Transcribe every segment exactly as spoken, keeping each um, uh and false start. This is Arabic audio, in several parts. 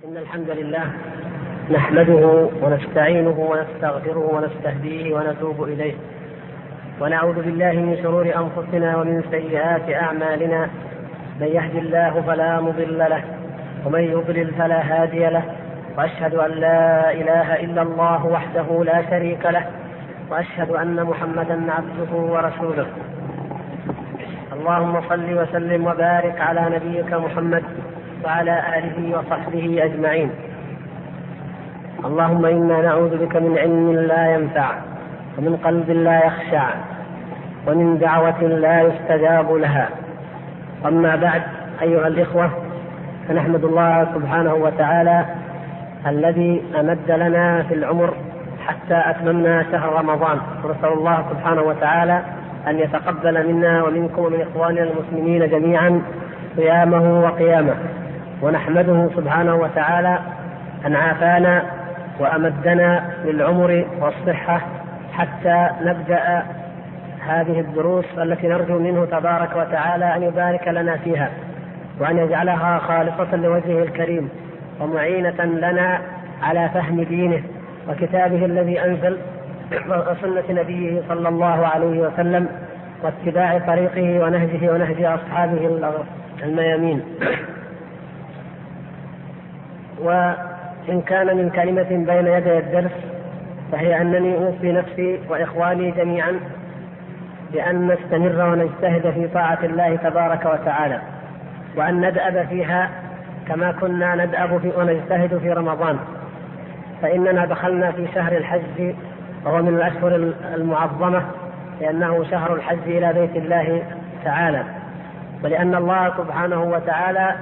إن الحمد لله نحمده ونستعينه ونستغفره ونستهديه ونتوب إليه، ونعوذ بالله من شرور أنفسنا ومن سيئات أعمالنا. من يهد الله فلا مضل له ومن يضلل فلا هادي له، وأشهد أن لا إله إلا الله وحده لا شريك له، وأشهد أن محمدا عبده ورسوله. اللهم صل وسلم وبارك على نبيك محمد وعلى آله وصحبه أجمعين. اللهم إنا نعوذ بك من علم لا ينفع، ومن قلب لا يخشع، ومن دعوة لا يستجاب لها. أما بعد، أيها الإخوة، فنحمد الله سبحانه وتعالى الذي أمد لنا في العمر حتى أتممنا شهر رمضان، ونسأل الله سبحانه وتعالى أن يتقبل منا ومنكم ومن إخواننا المسلمين جميعا صيامه وقيامه. ونحمده سبحانه وتعالى أن عافانا وأمدنا للعمر والصحة حتى نبدأ هذه الدروس التي نرجو منه تبارك وتعالى أن يبارك لنا فيها، وأن يجعلها خالصة لوجهه الكريم ومعينة لنا على فهم دينه وكتابه الذي أنزل وسنة نبيه صلى الله عليه وسلم، واتباع طريقه ونهجه ونهج أصحابه الميامين. وإن كان من كلمة بين يدي الدرس، فهي أنني أوصي نفسي وإخواني جميعا بأن نستمر ونجتهد في طاعة الله تبارك وتعالى، وأن ندأب فيها كما كنا ندأب في ونجتهد في رمضان، فإننا دخلنا في شهر الحج، وهو من الأشهر المعظمة، لأنه شهر الحج إلى بيت الله تعالى، ولأن الله سبحانه وتعالى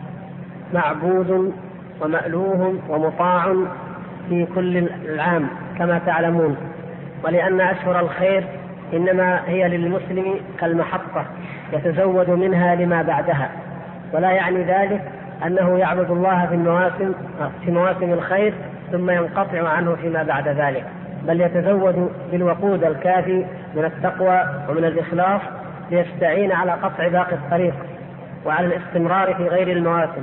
معبود ومألوه ومطاع في كل العام كما تعلمون، ولأن أشهر الخير إنما هي للمسلم كالمحطة يتزود منها لما بعدها، ولا يعني ذلك أنه يعبد الله في المواسم في مواسم الخير ثم ينقطع عنه فيما بعد ذلك، بل يتزود بالوقود الكافي من التقوى ومن الإخلاص ليستعين على قطع باقي الطريق وعلى الاستمرار في غير المواسم.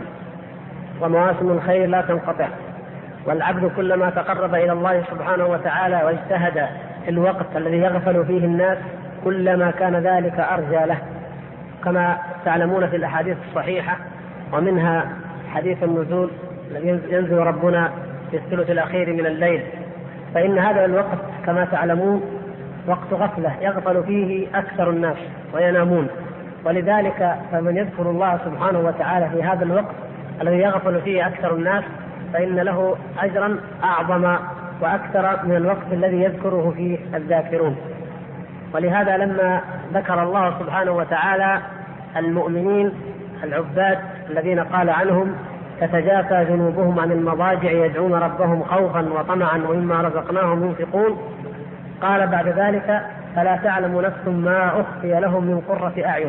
ومواسم الخير لا تنقطع، والعبد كلما تقرب إلى الله سبحانه وتعالى واجتهد في الوقت الذي يغفل فيه الناس كلما كان ذلك أرجى له، كما تعلمون في الأحاديث الصحيحة، ومنها حديث النزول الذي ينزل ربنا في الثلث الأخير من الليل، فإن هذا الوقت كما تعلمون وقت غفلة يغفل فيه أكثر الناس وينامون، ولذلك فمن يذكر الله سبحانه وتعالى في هذا الوقت الذي يغفل فيه أكثر الناس فإن له أجرا أعظم وأكثر من الوقت الذي يذكره فيه الذاكرون. ولهذا لما ذكر الله سبحانه وتعالى المؤمنين العباد الذين قال عنهم تتجافى جنوبهم عن المضاجع يدعون ربهم خوفا وطمعا ومما رزقناهم ينفقون، قال بعد ذلك فلا تعلم نفس ما أخفي لهم من قرة أعين.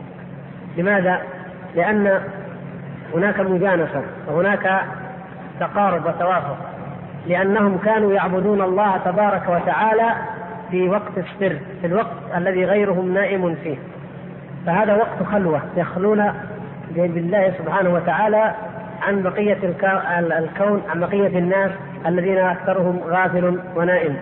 لماذا؟ لأن هناك مجانسة وهناك تقارب وتوافق، لأنهم كانوا يعبدون الله تبارك وتعالى في وقت السر، في الوقت الذي غيرهم نائم فيه، فهذا وقت خلوة يخلون بالله سبحانه وتعالى عن بقية الكون، عن بقية الناس الذين أكثرهم غافل ونائم.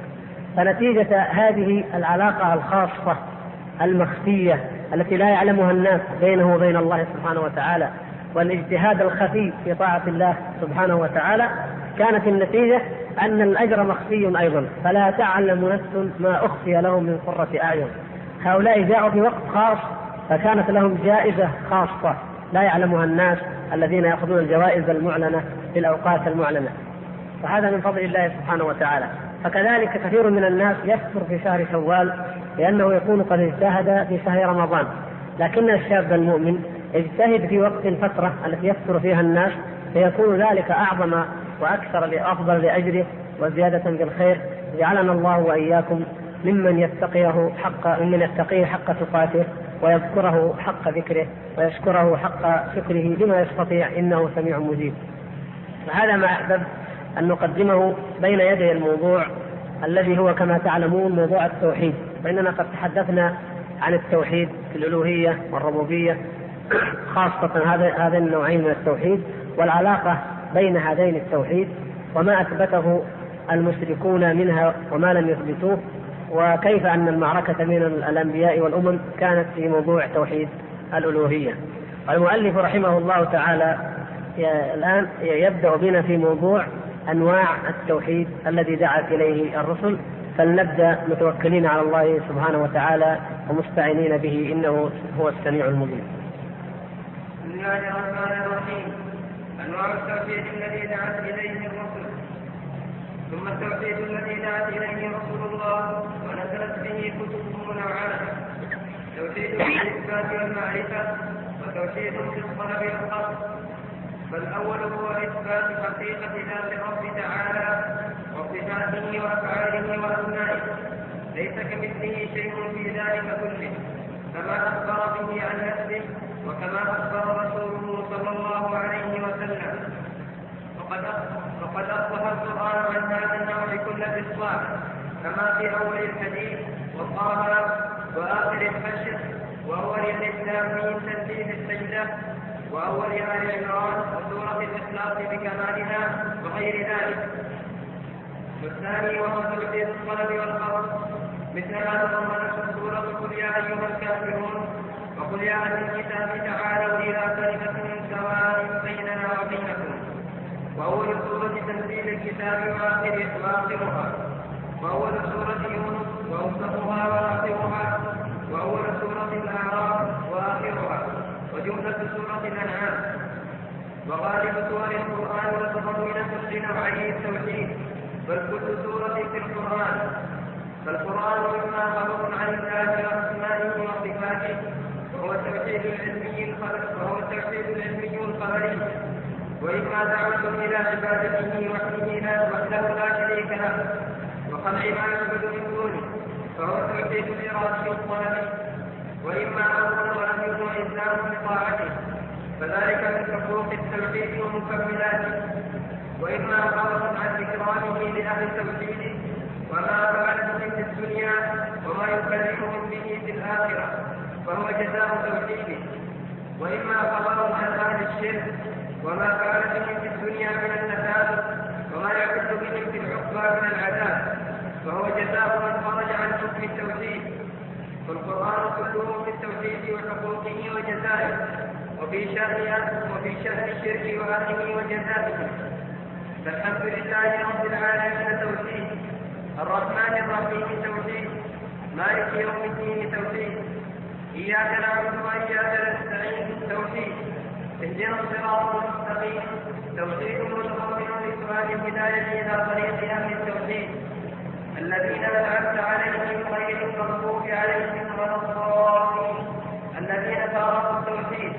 فنتيجة هذه العلاقة الخاصة المخفية التي لا يعلمها الناس بينه وبين الله سبحانه وتعالى، والاجتهاد الخفي في طاعة الله سبحانه وتعالى، كانت النتيجة أن الأجر مخفي أيضا، فلا تعلم نفس ما أخفي لهم من قرة أعين. هؤلاء جاءوا في وقت خاص فكانت لهم جائزة خاصة لا يعلمها الناس الذين يأخذون الجوائز المعلنة في الأوقات المعلنة، وهذا من فضل الله سبحانه وتعالى. فكذلك كثير من الناس يكثر في شهر شوال لأنه يكون قد اجتهد في شهر رمضان، لكن الشاب المؤمن اجتهد في وقت الفترة التي يكثر فيها الناس، فيكون ذلك أعظم وأكثر لأفضل لأجره وزيادة في الخير. جعلنا الله وإياكم ممن يتقيه حق ممن يتقيه حق تقاته، ويذكره حق ذكره، ويشكره حق شكره بما يستطيع، إنه سميع مجيب. فهذا ما أحبب أن نقدمه بين يدي الموضوع الذي هو كما تعلمون موضوع التوحيد، فإننا قد تحدثنا عن التوحيد في الألوهية والربوبية، خاصة هذا هذا النوعين من التوحيد، والعلاقة بين هذين التوحيد وما أثبته المشركون منها وما لم يثبتوه، وكيف أن المعركة بين الأنبياء والأمم كانت في موضوع توحيد الألوهية. المؤلف رحمه الله تعالى الآن يبدأ بنا في موضوع أنواع التوحيد الذي دعت إليه الرسل، فلنبدأ متوكلين على الله سبحانه وتعالى ومستعينين به، إنه هو السميع المبين. بسم الله الرحمن الرحيم. أنواع التوحيد الذي دعت إليه الرسل. ثم التوحيد الذي دعت إليه رسول الله ونزلت به كتبه نوعان: توحيد الإثبات والمعرفة، وتوحيد في الطلب والقصد. فالأول هو إثبات حقيقة ذات الرب تعالى وصفاته وأفعاله وأسمائه، ليس كمثله شيء في ذلك كله، كما أخبر به عن نفسه وكما أخبر رسوله صلى الله عليه وسلم. وقد أصبح القرآن عن هذا النوع كل إصلاح، كما في أول الحديث وطه وآخر الحشر وأول الإسلام من تنزيل السجدة وأول آل عمران وسورة الإخلاص بكمالها وغير ذلك. والثاني وهو توحيد الطلب والقصد، مثل ما تضمنت سورة قل يا أيها الكافرون وقل يا أهل الكتاب تعالوا إلى كلمة سواء بيننا وبينكم، وأول سورة تنزيل الكتاب وآخرها، وأول سورة يونس وأوسطها وآخرها، وأول سورة الأعراف وآخرها، وجملة سورة الأنعام. وغالب سور القرآن متضمنة لنوعي التوحيد، بل كل سورة في القرآن. فالقرآن إما خبر عن الله وأسمائه وصفاته وهو التوحيد العلمي وهو التوحيد العلمي الخبري، وإما دعوة إلى عبادته وحده لا شريك له وخلع ما يعبد من دونه فهو التوحيد الإرادي الطلبي، وإما أمر ونهي وإسلام بطاعته فذلك من حقوق التوحيد ومكملاته، وإما خبر عن إكرامه لأهل التوحيد وما فعله في الدنيا وما يكرمهم به في الآخرة فهو جزاء توحيده، وإما خبر عن أهل الشرك وما فعل بهم في الدنيا من التكاثر وما يحد بهم في العقبى من العذاب فهو جزاء من خرج عن حكم التوحيد. فالقرآن كله في التوحيد وحقوقه وجزائه، وفي شأن وفي شأن الشرك وأهله وجزائه. فالحمد لله رب العالمين توحيد، الرحمن الرحيم توحيد، مالك يوم الدين توحيد، إياك نعبد وإياك نستعين توحيد، اهدنا الصراط المستقيم توحيد متضمن لسؤال الهداية إلى طريق أهل التوحيد الذين أنعمت عليهم غير المغضوب عليهم ولا الضالين الذين فارقوا التوحيد.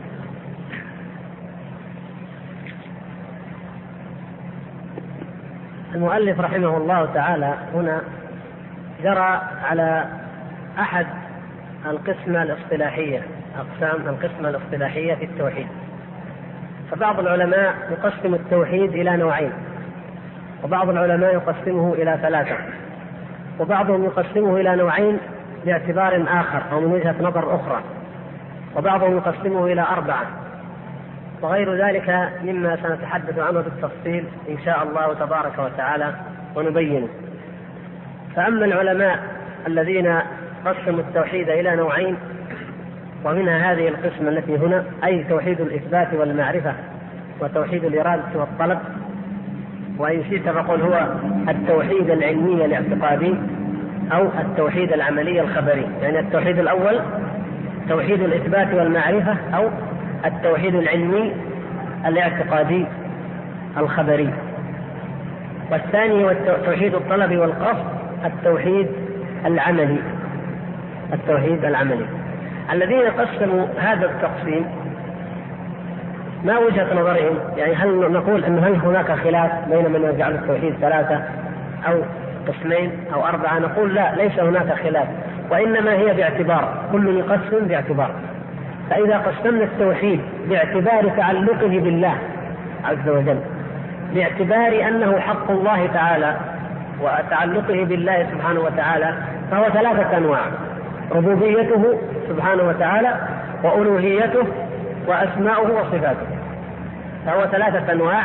المؤلف رحمه الله تعالى هنا جرى على أحد القسمة الاصطلاحية، أقسام القسمة الاصطلاحية في التوحيد. فبعض العلماء يقسم التوحيد إلى نوعين، وبعض العلماء يقسمه إلى ثلاثة، وبعضهم يقسمه إلى نوعين باعتبار آخر أو من وجهة نظر أخرى، وبعضهم يقسمه إلى أربعة، وغير ذلك مما سنتحدث عنه بالتفصيل إن شاء الله تبارك وتعالى ونبينه. فأما العلماء الذين قسموا التوحيد إلى نوعين، ومنها هذه القسمة التي هنا، أي توحيد الإثبات والمعرفة وتوحيد الإرادة والطلب، وإن شئت فقل هو التوحيد العلمي الاعتقادي أو التوحيد العملي الخبري. يعني التوحيد الأول توحيد الإثبات والمعرفة أو التوحيد العلمي الاعتقادي الخبري، والثاني هو توحيد الطلب والقصد التوحيد العملي التوحيد العملي. الذين قسموا هذا التقسيم ما وجهة نظرهم؟ يعني هل نقول أن هل هناك خلاف بين من يجعل التوحيد ثلاثة أو قسمين أو أربعة؟ نقول لا، ليس هناك خلاف، وإنما هي باعتبار، كل يقسم باعتبار. فإذا قسمنا التوحيد باعتبار تعلقه بالله عز وجل، باعتبار أنه حق الله تعالى وتعلقه بالله سبحانه وتعالى، فهو ثلاثة أنواع: ربوبيته سبحانه وتعالى، وألوهيته، وأسماؤه وصفاته. فهو ثلاثة أنواع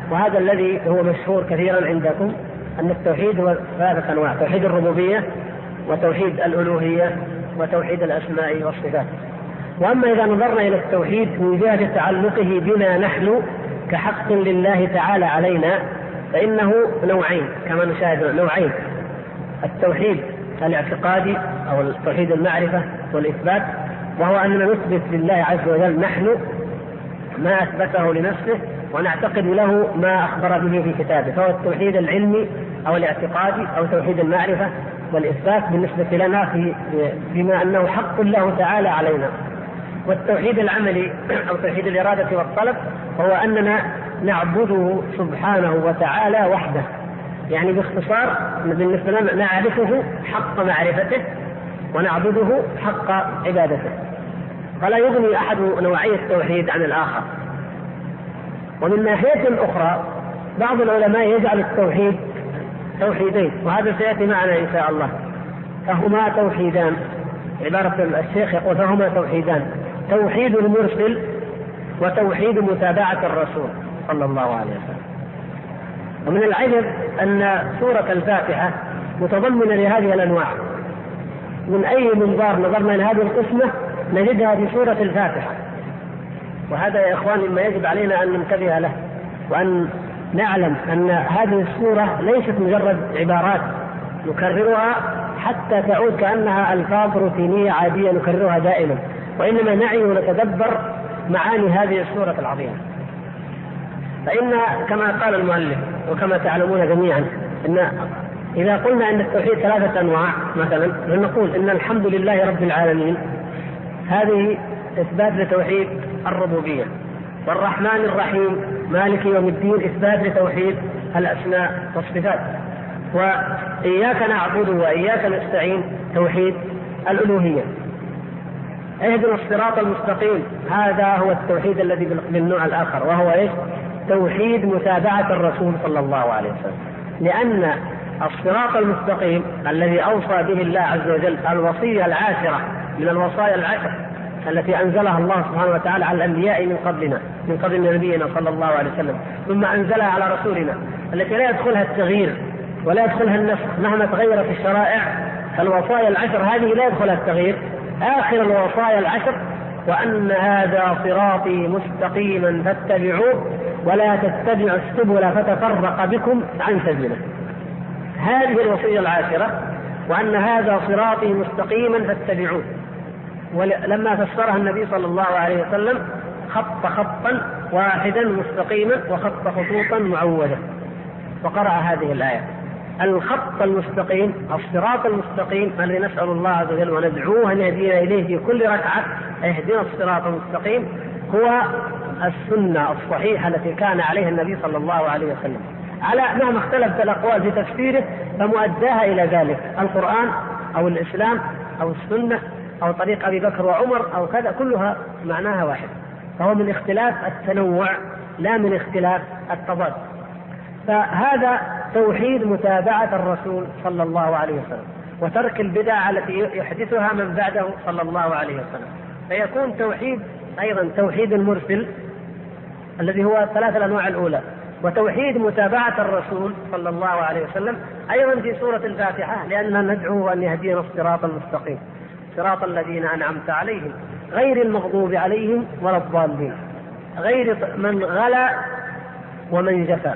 وهذا الذي هو مشهور كثيرا عندكم، أن التوحيد هو ثلاثة أنواع: توحيد الربوبية، وتوحيد الألوهية، وتوحيد الأسماء والصفات. وأما إذا نظرنا إلى التوحيد من جهة تعلقه بنا نحن كحق لله تعالى علينا، فإنه نوعين كما نشاهد، نوعين: التوحيد الاعتقادي أو التوحيد المعرفة والإثبات، وهو أننا نثبت لله عز وجل نحن ما أثبته لنفسه ونعتقد له ما أخبر به في كتابه، فهو التوحيد العلمي أو الاعتقادي أو توحيد المعرفة والإثبات بالنسبة لنا في بما أنه حق له تعالى علينا. والتوحيد العملي أو توحيد الإرادة والطلب هو أننا نعبده سبحانه وتعالى وحده، يعني باختصار بالنسبة لنا نعرفه حق معرفته ونعبده حق عبادته، فلا يغني أحد نوعي التوحيد عن الآخر. ومن ناحية أخرى بعض العلماء يجعل التوحيد توحيدين، وهذا سيأتي معنا إن شاء الله. فهما توحيدان، عبارة الشيخ يقول فهما توحيدان: توحيد المرسل وتوحيد متابعة الرسول صلى الله عليه وسلم. ومن العجب أن سورة الفاتحة متضمنة لهذه الأنواع، من أي منظار نظرنا إلى هذه القسمة نجدها في سورة الفاتحة. وهذا يا إخواني ما يجب علينا أن ننتبه له، وأن نعلم أن هذه السورة ليست مجرد عبارات نكررها حتى تعود كأنها ألفاظ روتينية عادية نكررها دائما، وإنما نعي ونتدبر معاني هذه السورة العظيمة. فإن كما قال المؤلف وكما تعلمون جميعا أن إذا قلنا أن التوحيد ثلاثة أنواع مثلا، نقول إن الحمد لله رب العالمين، هذه إثبات لتوحيد الربوبية، والرحمن الرحيم مالك يوم الدين إثبات لتوحيد الأسماء والصفات، وإياك نعبد وإياك نستعين توحيد الألوهية. اهدنا الصراط المستقيم، هذا هو التوحيد الذي بالنوع الآخر، وهو إيش؟ توحيد متابعة الرسول صلى الله عليه وسلم، لأن الصراط المستقيم الذي أوصى به الله عز وجل الوصية العاشرة من الوصايا العشر التي أنزلها الله سبحانه وتعالى على الأنبياء من قبلنا من قبل نبينا صلى الله عليه وسلم، ثم أنزلها على رسولنا، التي لا يدخلها التغيير ولا يدخلها النسخ مهما تغيرت الشرائع. الوصايا العشر هذه لا يدخلها التغيير. آخر الوصايا العشر: وأن هذا صراطي مستقيما فاتبعوه ولا تتبعوا السبل فتفرق بكم عن سبيله. هذه الوصية العاشرة: وأن هذا صراطي مستقيما فاتبعوه. ولما فسرها النبي صلى الله عليه وسلم خط خطا واحدا مستقيما وخط خطوطا معوجة، وقرأ هذه الآية. الخط المستقيم، الصراط المستقيم الذي نسأل الله عز وجل وندعوه أن يهدينا إليه في كل ركعة، اهدنا الصراط المستقيم، هو السنة الصحيحة التي كان عليها النبي صلى الله عليه وسلم، على مهما اختلفت الأقوال في تفسيره فمؤداها إلى ذلك: القرآن أو الإسلام أو السنة أو طريق أبي بكر وعمر أو كذا، كلها معناها واحد. فهو من اختلاف التنوع لا من اختلاف التضاد. فهذا توحيد متابعة الرسول صلى الله عليه وسلم وترك البدع التي يحدثها من بعده صلى الله عليه وسلم. فيكون توحيد أيضا توحيد المرسل الذي هو ثلاث الأنواع الأولى، وتوحيد متابعة الرسول صلى الله عليه وسلم أيضا في سورة الفاتحة، لأننا ندعوه أن يهدينا الصراط المستقيم، صراط الذين أنعمت عليهم غير المغضوب عليهم ولا الضالين، غير من غلا ومن جفا،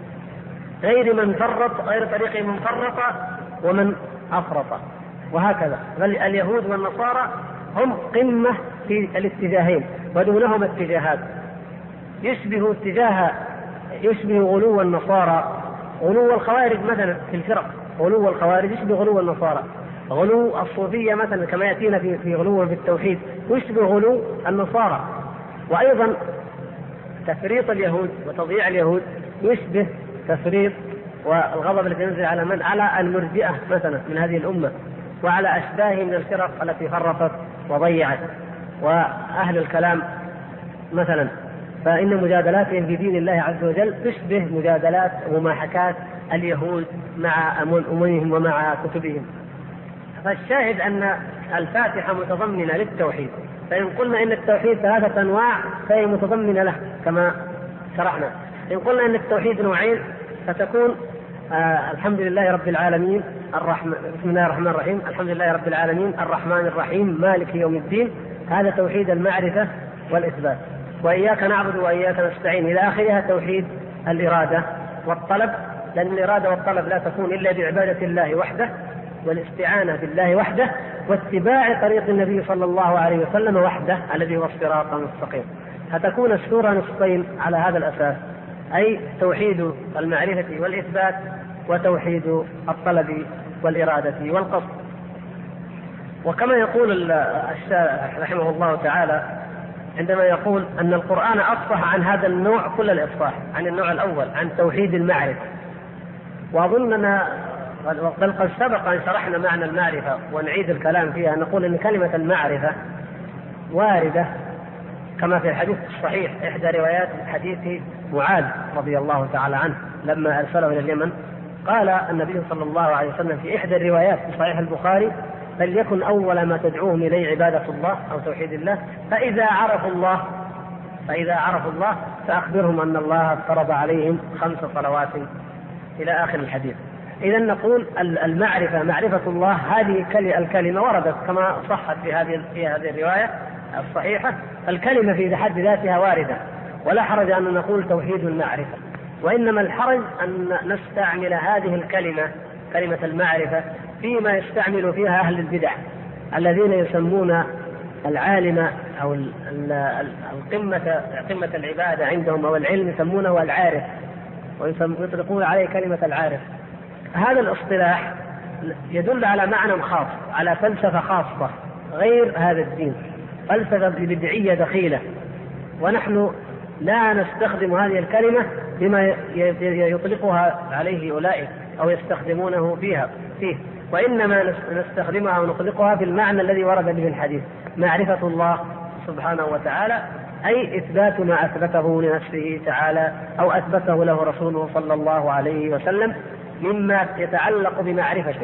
غير من فرط، غير طريق من فرط ومن أفرط، وهكذا. بل اليهود والنصارى هم قمة في الاتجاهين ودونهم اتجاهات، يشبه اتجاه يشبه غلو النصارى، غلو الخوارج مثلا في الفرق، غلو الخوارج يشبه غلو النصارى، غلو الصوفية مثلا كما يأتينا في في غلو بالتوحيد يشبه غلو النصارى، وأيضا تفريط اليهود وتضييع اليهود يشبه تفريط والغضب الذي ينزل على من على المرجئة مثلا من هذه الأمة، وعلى أشباه من الفرق التي فرطت وضيعت، وأهل الكلام مثلا. فإن مجادلاتهم في دين الله عز وجل تشبه مجادلات ومحاكاة اليهود مع أممهم ومع كتبهم. فالشاهد أن الفاتحة متضمنة للتوحيد، فإن قلنا إن التوحيد ثلاثة أنواع فهي متضمنة له كما شرحنا. إن قلنا أن التوحيد نوعين فتكون آه الحمد لله رب العالمين الرحمن بسم الله الرحمن الرحيم الحمد لله رب العالمين الرحمن الرحيم مالك يوم الدين، هذا توحيد المعرفة والإثبات. وإياك نعبد وإياك نستعين إلى آخرها توحيد الإرادة والطلب، لأن الإرادة والطلب لا تكون إلا بعبادة الله وحده والاستعانة بالله وحده واتباع طريق النبي صلى الله عليه وسلم وحده الذي هو الصراط المستقيم. فتكون السورة نصفين على هذا الأساس، أي توحيد المعرفة والإثبات وتوحيد الطلب والإرادة والقصد. وكما يقول الشارح رحمه الله تعالى عندما يقول أن القرآن أفصح عن هذا النوع كل الإفصاح، عن النوع الأول عن توحيد المعرفة. وأظننا بل قد سبق أن شرحنا معنى المعرفة ونعيد الكلام فيها، نقول أن كلمة المعرفة واردة كما في الحديث الصحيح، إحدى روايات حديث معاذ رضي الله تعالى عنه لما أرسله إلى اليمن، قال النبي صلى الله عليه وسلم في إحدى الروايات في صحيح البخاري: فليكن أول ما تدعوهم إليه عبادة الله أو توحيد الله، فإذا عرفوا الله فإذا عرفوا الله فأخبرهم أن الله افترض عليهم خمس صلوات إلى آخر الحديث. إذا نقول المعرفة معرفة الله، هذه الكلمة وردت كما صحت في هذه في هذه الرواية الصحيحة، الكلمة في حد ذاتها واردة، ولا حرج أن نقول توحيد المعرفة، وإنما الحرج أن نستعمل هذه الكلمة كلمة المعرفة فيما يستعمل فيها أهل البدع الذين يسمون العالم أو القمة قمة العبادة عندهم أو العلم يسمونه العارف، ويطلقون عليه كلمة العارف. هذا الاصطلاح يدل على معنى خاص، على فلسفة خاصة غير هذا الدين، فلسفة بدعية دخيلة، ونحن لا نستخدم هذه الكلمة بما يطلقها عليه أولئك أو يستخدمونه فيها فيه، وإنما نستخدمها ونطلقها في المعنى الذي ورد به الحديث: معرفة الله سبحانه وتعالى، أي إثبات ما أثبته لنفسه تعالى أو أثبته له رسوله صلى الله عليه وسلم مما يتعلق بمعرفته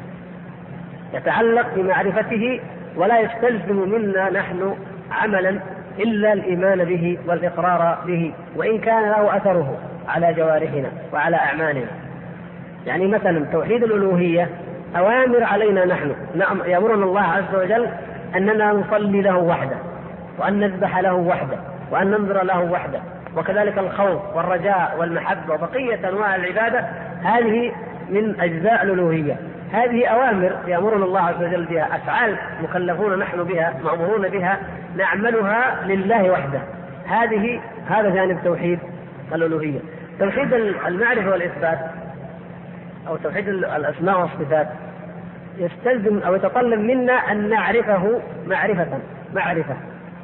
يتعلق بمعرفته ولا يستلزم منا نحن عملا إلا الإيمان به والإقرار به، وإن كان له أثره على جوارحنا وعلى أعمالنا. يعني مثلا توحيد الألوهية أوامر علينا نحن، يأمرنا الله عز وجل أننا نصلي له وحده، وأن نذبح له وحده، وأن ننظر له وحده، وكذلك الخوف والرجاء والمحبة وبقية أنواع العبادة، هذه من أجزاء الألوهية. هذه أوامر يأمرنا الله عز وجل بها، أفعال مكلفون نحن بها مأمورون بها نعملها لله وحده. هذه هذا جانب توحيد الألوهية. توحيد المعرفة والإثبات أو توحيد الأسماء والصفات يستلزم أو يتطلب منا أن نعرفه معرفة معرفة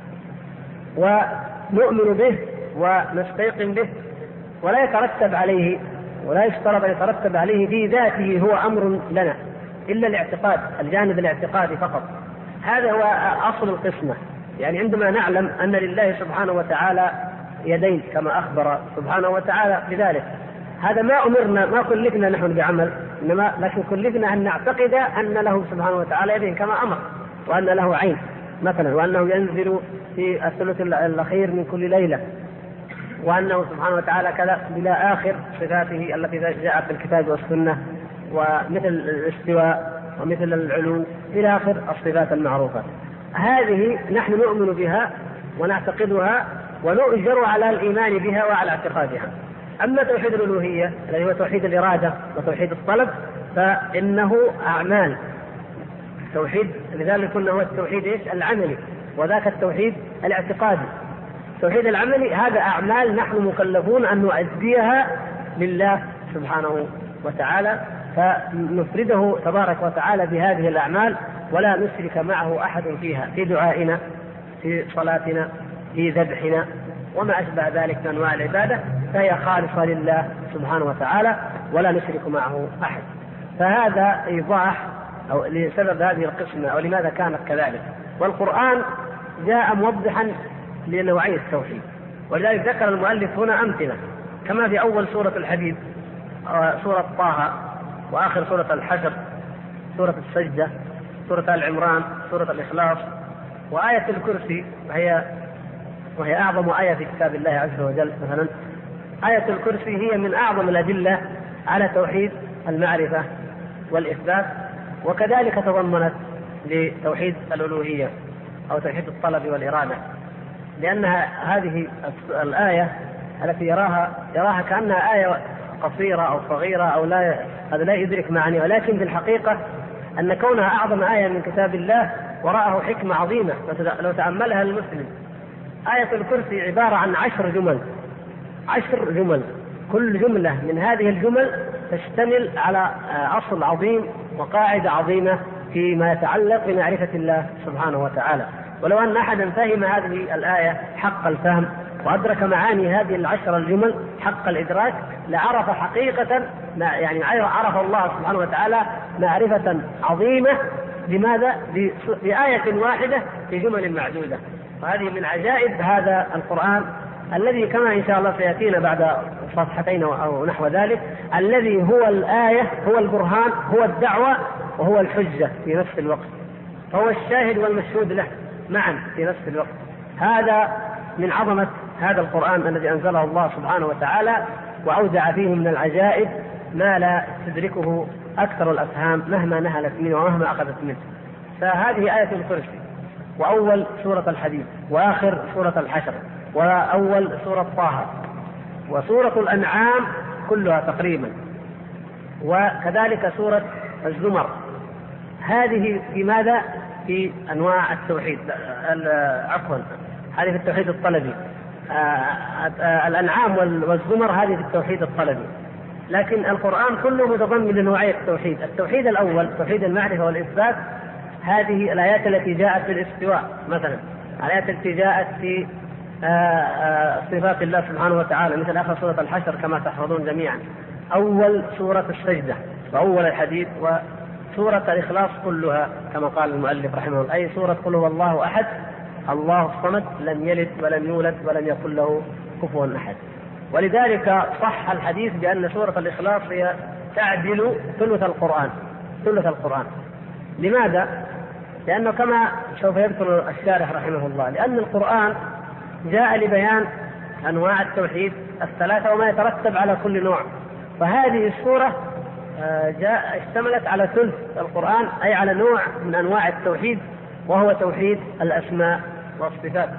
ونؤمن به ونستيقن به، ولا يترتب عليه ولا يشترط أن يترتب عليه في ذاته هو أمر لنا إلا الاعتقاد، الجانب الاعتقادي فقط. هذا هو أصل القسمة. يعني عندما نعلم أن لله سبحانه وتعالى يدين كما أخبر سبحانه وتعالى بذلك، هذا ما أمرنا ما كلفنا نحن بعمل، إنما لكن كلفنا أن نعتقد أن له سبحانه وتعالى يدين كما أمر، وأن له عين مثلا، وأنه ينزل في الثلث الأخير من كل ليلة، وأنه سبحانه وتعالى كذا بلا آخر صفاته التي جاءت في الكتاب والسنة، ومثل الاستواء ومثل العلو إلى آخر الصفات المعروفة. هذه نحن نؤمن بها ونعتقدها ونؤجر على الإيمان بها وعلى اعتقادها. أما توحيد الألوهية الذي هو توحيد الإرادة وتوحيد الطلب فإنه أعمال توحيد، لذلك قلنا هو التوحيد إيش؟ العملي، وذاك التوحيد الاعتقادي. التوحيد العملي هذا أعمال نحن مكلفون أن نؤديها لله سبحانه وتعالى، فنفرده تبارك وتعالى بهذه الأعمال ولا نشرك معه أحد فيها، في دعائنا، في صلاتنا، في ذبحنا وما أشبه ذلك من أنواع العبادة، فهي خالصة لله سبحانه وتعالى ولا نشرك معه أحد. فهذا إيضاح أو لسبب هذه القسمة أو لماذا كانت كذلك. والقرآن جاء موضحا لنوعي التوحيد، ولذلك ذكر المؤلف هنا أمثلة كما في أول سورة الحديد، سورة طه، وآخر سورة الحشر، سورة السجدة، سورة آل عمران، سورة الإخلاص، وآية الكرسي، وهي وهي أعظم آية في كتاب الله عز وجل مثلا، آية الكرسي هي من أعظم الأدلة على توحيد المعرفة والإثبات، وكذلك تضمنت لتوحيد الألوهية أو توحيد الطلب والإرادة، لأنها هذه الآية التي يراها يراها كأنها آية قصيرة أو صغيرة أو لا هذا لا يدرك معانيها، ولكن في الحقيقة أن كونها أعظم آية من كتاب الله وراءه حكمة عظيمة لو تأملها المسلم. آية الكرسي عبارة عن عشر جمل عشر جمل كل جملة من هذه الجمل تشتمل على أصل عظيم وقاعدة عظيمة فيما يتعلق بمعرفة الله سبحانه وتعالى. ولو أن أحدا فهم هذه الآية حق الفهم وأدرك معاني هذه العشر الجمل حق الإدراك لعرف حقيقة يعني عرف الله سبحانه وتعالى معرفة عظيمة. لماذا؟ بآية واحدة في جمل معدودة. وهذه من عجائب هذا القرآن الذي كما إن شاء الله سيأتينا بعد صفحتين أو نحو ذلك، الذي هو الآية، هو البرهان، هو الدعوة، وهو الحجة في نفس الوقت، فهو الشاهد والمشهود له معا في نفس الوقت. هذا من عظمة هذا القرآن الذي أنزله الله سبحانه وتعالى، وأودع فيه من العجائب ما لا تدركه أكثر الأفهام مهما نهلت منه ومهما أخذت منه. فهذه آية الكرسي، وأول سورة الحديد، وآخر سورة الحشر، وأول سورة طه، وسورة الأنعام كلها تقريبا، وكذلك سورة الزمر. هذه في ماذا؟ في أنواع التوحيد، عفوا هذه في التوحيد الطلبي. الأنعام والزمر هذه في التوحيد الطلبي. لكن القرآن كله متضمن لنوعي التوحيد. التوحيد الأول توحيد المعرفة والإثبات، هذه الآيات التي جاءت في الاستواء مثلا، الآيات التي جاءت في صفات الله سبحانه وتعالى مثل آخر سورة الحشر كما تحفظون جميعا، أول سورة السجدة، وأول الحديث، وسورة الإخلاص كلها كما قال المؤلف رحمه الله، أي سورة قل هو الله أحد الله الصمد لم يلد ولم يولد ولم يكن له كفوا أحد. ولذلك صح الحديث بأن سورة الإخلاص هي تعدل ثلث القرآن ثلث القرآن. لماذا؟ لأنه كما سوف يذكر الشارح رحمه الله، لأن القرآن جاء لبيان أنواع التوحيد الثلاثة وما يترتب على كل نوع، فهذه السورة جاء اشتملت على ثلث القرآن، أي على نوع من أنواع التوحيد وهو توحيد الأسماء والصفات،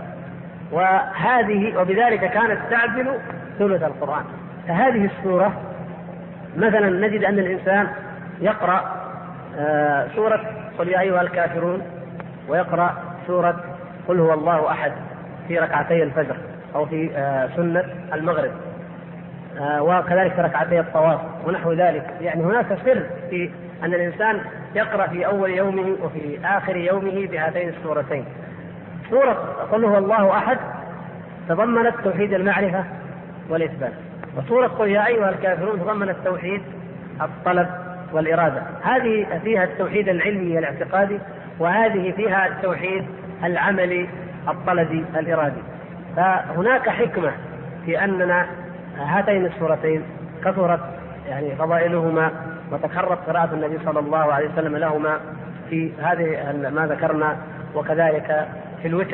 وهذه وبذلك كانت تعدل ثلث القرآن. فهذه السورة مثلا نجد أن الإنسان يقرأ سورة قل يا أيها الكافرون، ويقرأ سورة قل هو الله أحد في ركعتي الفجر أو في سنة المغرب، وكذلك في ركعتي الطواف ونحو ذلك. يعني هناك سر في أن الإنسان يقرأ في أول يومه وفي آخر يومه بهاتين السورتين. سورة قل هو الله أحد تضمنت توحيد المعرفة والإثبات، وسورة قل يا أيها الكافرون تضمنت توحيد الطلب والإرادة. هذه فيها التوحيد العلمي الاعتقادي، وهذه فيها التوحيد العملي الطلبي الإرادي. فهناك حكمة في أننا هاتين السورتين كثرت يعني فضائلهما وتكررت قراءة النبي صلى الله عليه وسلم لهما في هذه ما ذكرنا، وكذلك في الوتر.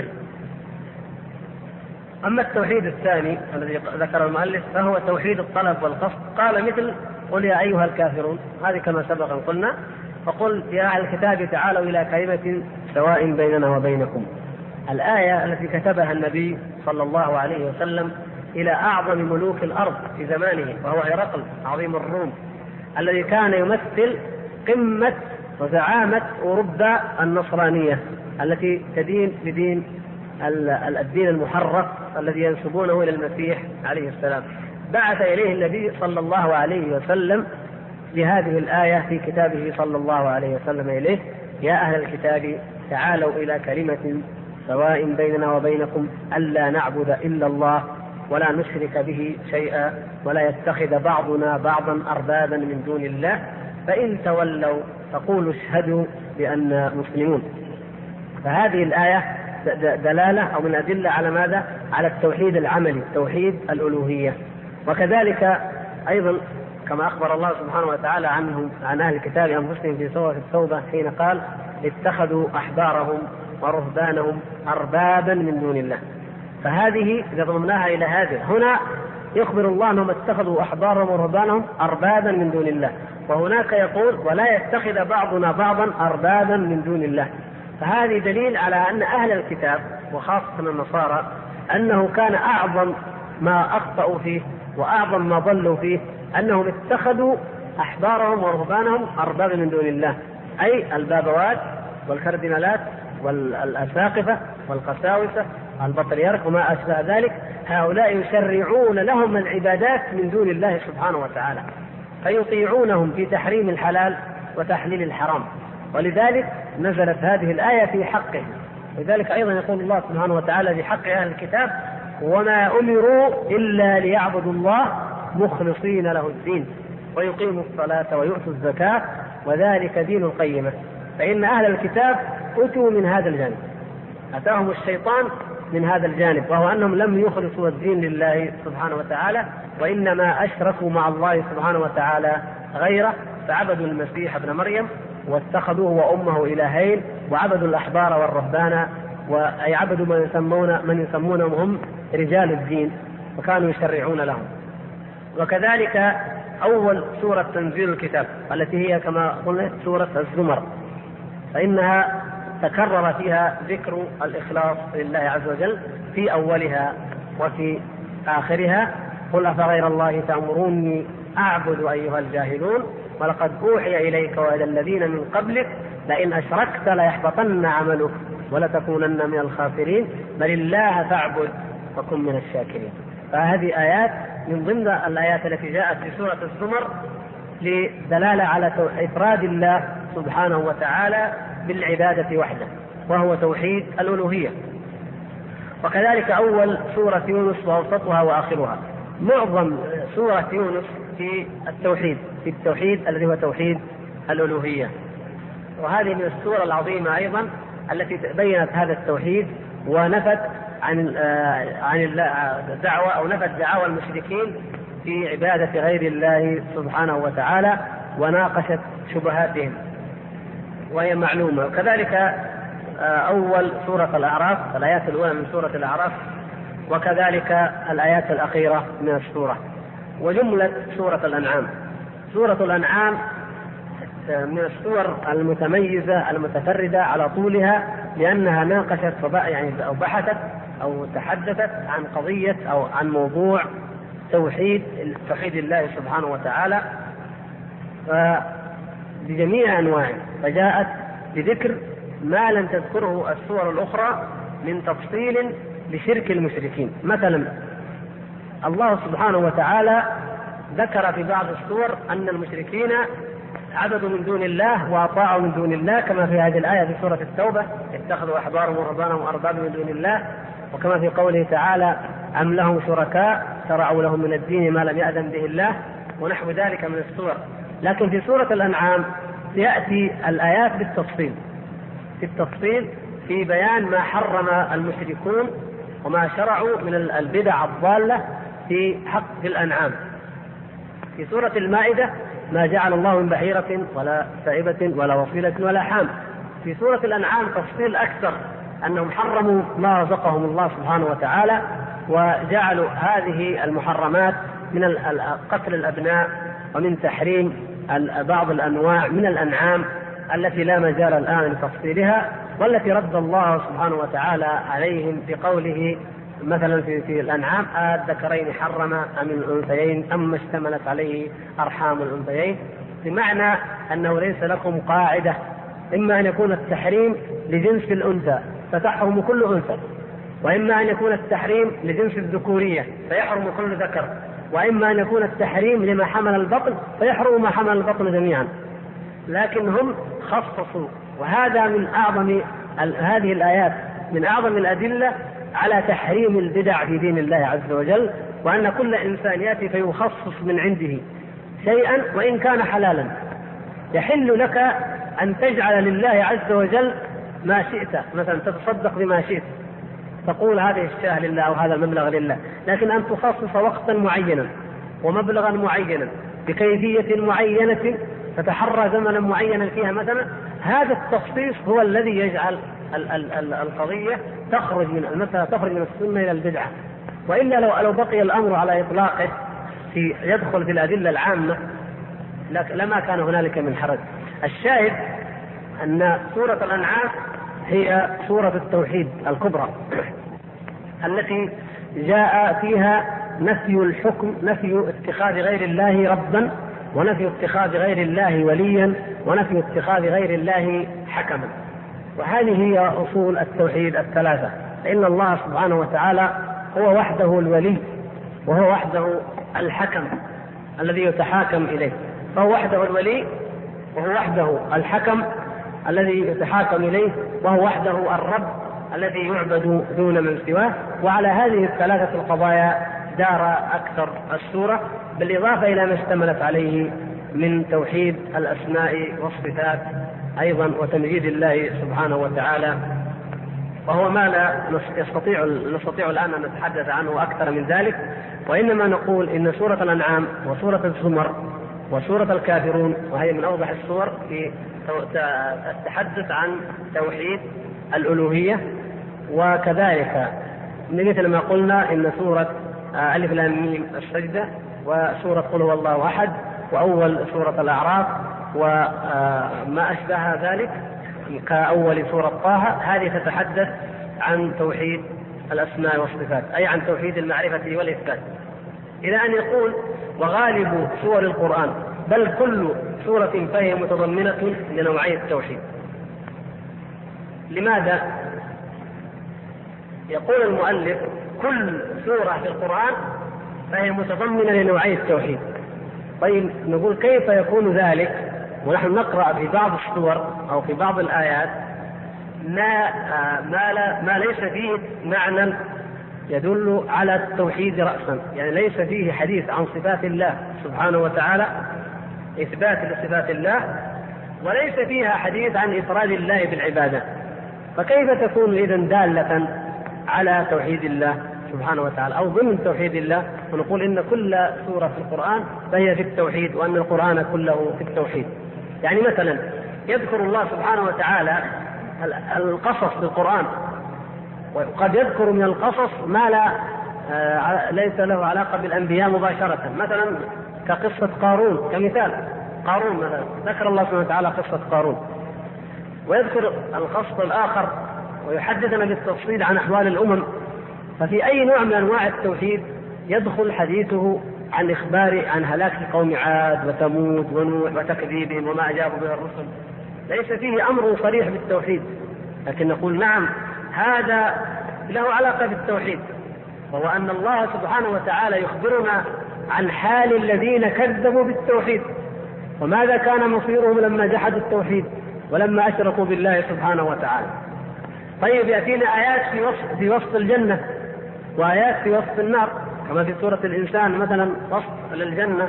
أما التوحيد الثاني الذي ذكر المؤلف فهو توحيد الطلب والقصد. قال مثل قل يا أيها الكافرون، هذه كما سبق أن قلنا، فقل يا أهل الكتاب تعالوا إلى كلمة سواء بيننا وبينكم. الآية التي كتبها النبي صلى الله عليه وسلم إلى أعظم ملوك الأرض في زمانه، وهو هرقل عظيم الروم، الذي كان يمثل قمة وزعامة أوروبا النصرانية التي تدين بدين الدين المحرف الذي ينسبونه إلى المسيح عليه السلام. بعث إليه النبي صلى الله عليه وسلم بهذه الآية في كتابه صلى الله عليه وسلم إليه: يا أهل الكتاب تعالوا إلى كلمة سواء بيننا وبينكم ألا نعبد إلا الله ولا نشرك به شيئا ولا يتخذ بعضنا بعضا أربابا من دون الله فإن تولوا فقولوا اشهدوا بأننا مسلمون. فهذه الآية دلالة أو من أدلة على ماذا؟ على التوحيد العملي، توحيد الألوهية. وكذلك أيضا كما أخبر الله سبحانه وتعالى عنهم عن أهل الكتاب أنفسهم في سورة التوبة حين قال: اتخذوا أحبارهم ورهبانهم أربابا من دون الله. فهذه إذا ضمناها إلى هذه هنا يخبر الله أنهم اتخذوا أحبارهم ورهبانهم أربابا من دون الله، وهناك يقول ولا يتخذ بعضنا بعضا أربابا من دون الله. فهذه دليل على أن أهل الكتاب وخاصة النصارى أنه كان أعظم ما أخطأوا فيه وأعظم ما ضلوا فيه أنهم اتخذوا أحبارهم ورهبانهم أربابا من دون الله، أي البابوات والكردينالات والأساقفة والقساوسة البطريرك وما أشبه ذلك، هؤلاء يشرعون لهم العبادات من دون الله سبحانه وتعالى، فيطيعونهم في تحريم الحلال وتحليل الحرام، ولذلك نزلت هذه الآية في حقهم. لذلك أيضا يقول الله سبحانه وتعالى في حق أهل الكتاب: وما أمروا إلا ليعبدوا الله مخلصين له الدين ويقيموا الصلاة ويؤتوا الزكاة وذلك دين القيمة. فإن أهل الكتاب أتوا من هذا الجانب، أتاهم الشيطان من هذا الجانب، وهو أنهم لم يخلصوا الدين لله سبحانه وتعالى، وإنما أشركوا مع الله سبحانه وتعالى غيره، فعبدوا المسيح ابن مريم واتخذوه وأمه إلهين، وعبدوا الأحبار والرهبان، وأي عبدوا من يسمون من يسمونهم هم رجال الدين، وكانوا يشرعون لهم. وكذلك أول سورة تنزيل الكتاب التي هي كما قلنا سورة الزمر، فإنها تكرر فيها ذكر الإخلاص لله عز وجل في أولها وفي آخرها: قل أفغير الله تأمروني أعبد أيها الجاهلون ولقد أوحي إليك وإلى الذين من قبلك لئن أشركت ليحبطن عملك ولتكونن من الخاسرين بل الله فاعبد وكن من الشاكرين. فهذه آيات من ضمن الآيات التي جاءت في سورة الزمر لدلالة على إفراد الله سبحانه وتعالى بالعبادة وحده، وهو توحيد الألوهية. وكذلك أول سورة يونس وأوسطها وآخرها. معظم سورة يونس في التوحيد، في التوحيد الذي هو توحيد الألوهية، وهذه من السور العظيمة أيضا التي بينت هذا التوحيد ونفت عن عن الدعوة أو نفت دعاوى المشركين في عبادة غير الله سبحانه وتعالى وناقشت شبهاتهم وهي معلومة. وكذلك أول سورة الأعراف، الآيات الأولى من سورة الأعراف، وكذلك الآيات الأخيرة من السورة. وجملة سورة الأنعام، سورة الأنعام من السور المتميزة المتفردة على طولها، لأنها ناقشت يعني أو بحثت أو تحدثت عن قضية أو عن موضوع توحيد توحيد الله سبحانه وتعالى بجميع أنواعه، فجاءت بذكر ما لم تذكره السور الأخرى من تفصيل لشرك المشركين. مثلا الله سبحانه وتعالى ذكر في بعض السور أن المشركين عبدوا من دون الله وأطاعوا من دون الله، كما في هذه الآية في سورة التوبة: اتخذوا أحبارهم ورهبانهم أربابا من دون الله، وكما في قوله تعالى: أم لهم شركاء شرعوا لهم من الدين ما لم يأذن به الله، ونحو ذلك من السور. لكن في سورة الأنعام يأتي الآيات بالتفصيل في التفصيل في بيان ما حرم المشركون وما شرعوا من البدع الضالة في حق الأنعام. في سورة المائدة: ما جعل الله من بحيرة ولا سائبة ولا وصيلة ولا حام. في سورة الأنعام تفصيل أكثر، أنهم حرموا ما رزقهم الله سبحانه وتعالى، وجعلوا هذه المحرمات من قتل الأبناء ومن تحريم بعض الأنواع من الأنعام التي لا مجال الآن لتفصيلها، والتي رد الله سبحانه وتعالى عليهم بقوله مثلا في, في الأنعام: الذكرين حرم أم الأنثيين أم اشتملت عليه أرحام الأنثيين، بمعنى أنه ليس لكم قاعدة، إما أن يكون التحريم لجنس الأنثى فتحرم كل أنثى، وإما أن يكون التحريم لجنس الذكورية فيحرم كل ذكر، وإما أن يكون التحريم لما حمل البطن فيحرم ما حمل البطن جميعا. لكن هم خصصوا، وهذا من أعظم هذه الآيات من أعظم الأدلة على تحريم البدع في دين الله عز وجل، وأن كل إنسان يأتي فيخصص من عنده شيئا وإن كان حلالا. يحل لك أن تجعل لله عز وجل ما شئت، مثلا تتصدق بما شئت، تقول هذه الشاة لله أو هذا المبلغ لله، لكن أن تخصص وقتا معينا ومبلغا معينا بكيفية معينة تتحرى زمنا معينا فيها مثلا، هذا التخصيص هو الذي يجعل ال ال ال القضية تخرج من المسألة تخرج من السنة إلى البدعة. وإلا لو لو بقي الأمر على إطلاقه في يدخل في الأدلة العامة لما كان هنالك من حرج. الشاهد أن سورة الأنعام هي سورة التوحيد الكبرى التي جاء فيها نفي الحكم، نفي اتخاذ غير الله ربا، ونفي اتخاذ غير الله وليا، ونفي اتخاذ غير الله حكما. وهذه هي أصول التوحيد الثلاثة. فإن الله سبحانه وتعالى هو وحده الولي، وهو وحده الحكم الذي يتحاكم إليه، فهو وحده الولي، وهو وحده الحكم الذي يتحاكم إليه، وهو وحده الرب الذي يعبد دون من سواه. وعلى هذه الثلاثة القضايا دار أكثر السورة، بالإضافة إلى ما اشتملت عليه من توحيد الأسماء والصفات أيضا، وتمجيد الله سبحانه وتعالى، وهو ما لا نستطيع, نستطيع الآن أن نتحدث عنه أكثر من ذلك. وإنما نقول إن سورة الأنعام وسورة الزمر وسورة الكافرون، وهي من أوضح السور في التحدث عن توحيد الألوهية. وكذلك مثل ما قلنا إن سورة ألف لام ميم السجدة، وسورة قل هو الله أحد، وأول سورة الأعراف، وما أشبه ذلك كأول سورة طه، هذه تتحدث عن توحيد الأسماء والصفات، أي عن توحيد المعرفة والإثبات. إلى أن يقول وغالب سور القرآن بل كل سورة فهي متضمنة لنوعي التوحيد. لماذا؟ يقول المؤلف كل سورة في القرآن فهي متضمنة لنوعي التوحيد. طيب نقول كيف يكون ذلك ونحن نقرأ في بعض السور أو في بعض الآيات ما ما, لا ما ليس فيه معنى يدل على التوحيد رأسا، يعني ليس فيه حديث عن صفات الله سبحانه وتعالى، إثبات لصفات الله، وليس فيها حديث عن إفراد الله بالعبادة، فكيف تكون إذن دالة على توحيد الله سبحانه وتعالى أو ضمن توحيد الله؟ ونقول إن كل سورة في القرآن فهي في التوحيد، وأن القرآن كله في التوحيد. يعني مثلا يذكر الله سبحانه وتعالى القصص في القرآن، وقد يذكر من القصص ما لا آه ليس له علاقة بالأنبياء مباشرة، مثلا كقصة قارون كمثال. قارون مثلا ذكر الله سبحانه وتعالى قصة قارون، ويذكر القصة الآخر ويحدثنا بالتفصيل عن أحوال الأمم. ففي أي نوع من أنواع التوحيد يدخل حديثه عن إخبار عن هلاك قوم عاد وثمود ونوح وتكذيبهم وما أجابوا به الرسل، ليس فيه أمر صريح بالتوحيد، لكن نقول نعم هذا له علاقة بالتوحيد، وهو أن الله سبحانه وتعالى يخبرنا عن حال الذين كذبوا بالتوحيد، وماذا كان مصيرهم لما جحدوا التوحيد ولما أشركوا بالله سبحانه وتعالى. طيب يأتينا آيات في وصف, في وصف الجنة، وآيات في وصف النار، كما في سورة الإنسان مثلا وصف للجنة،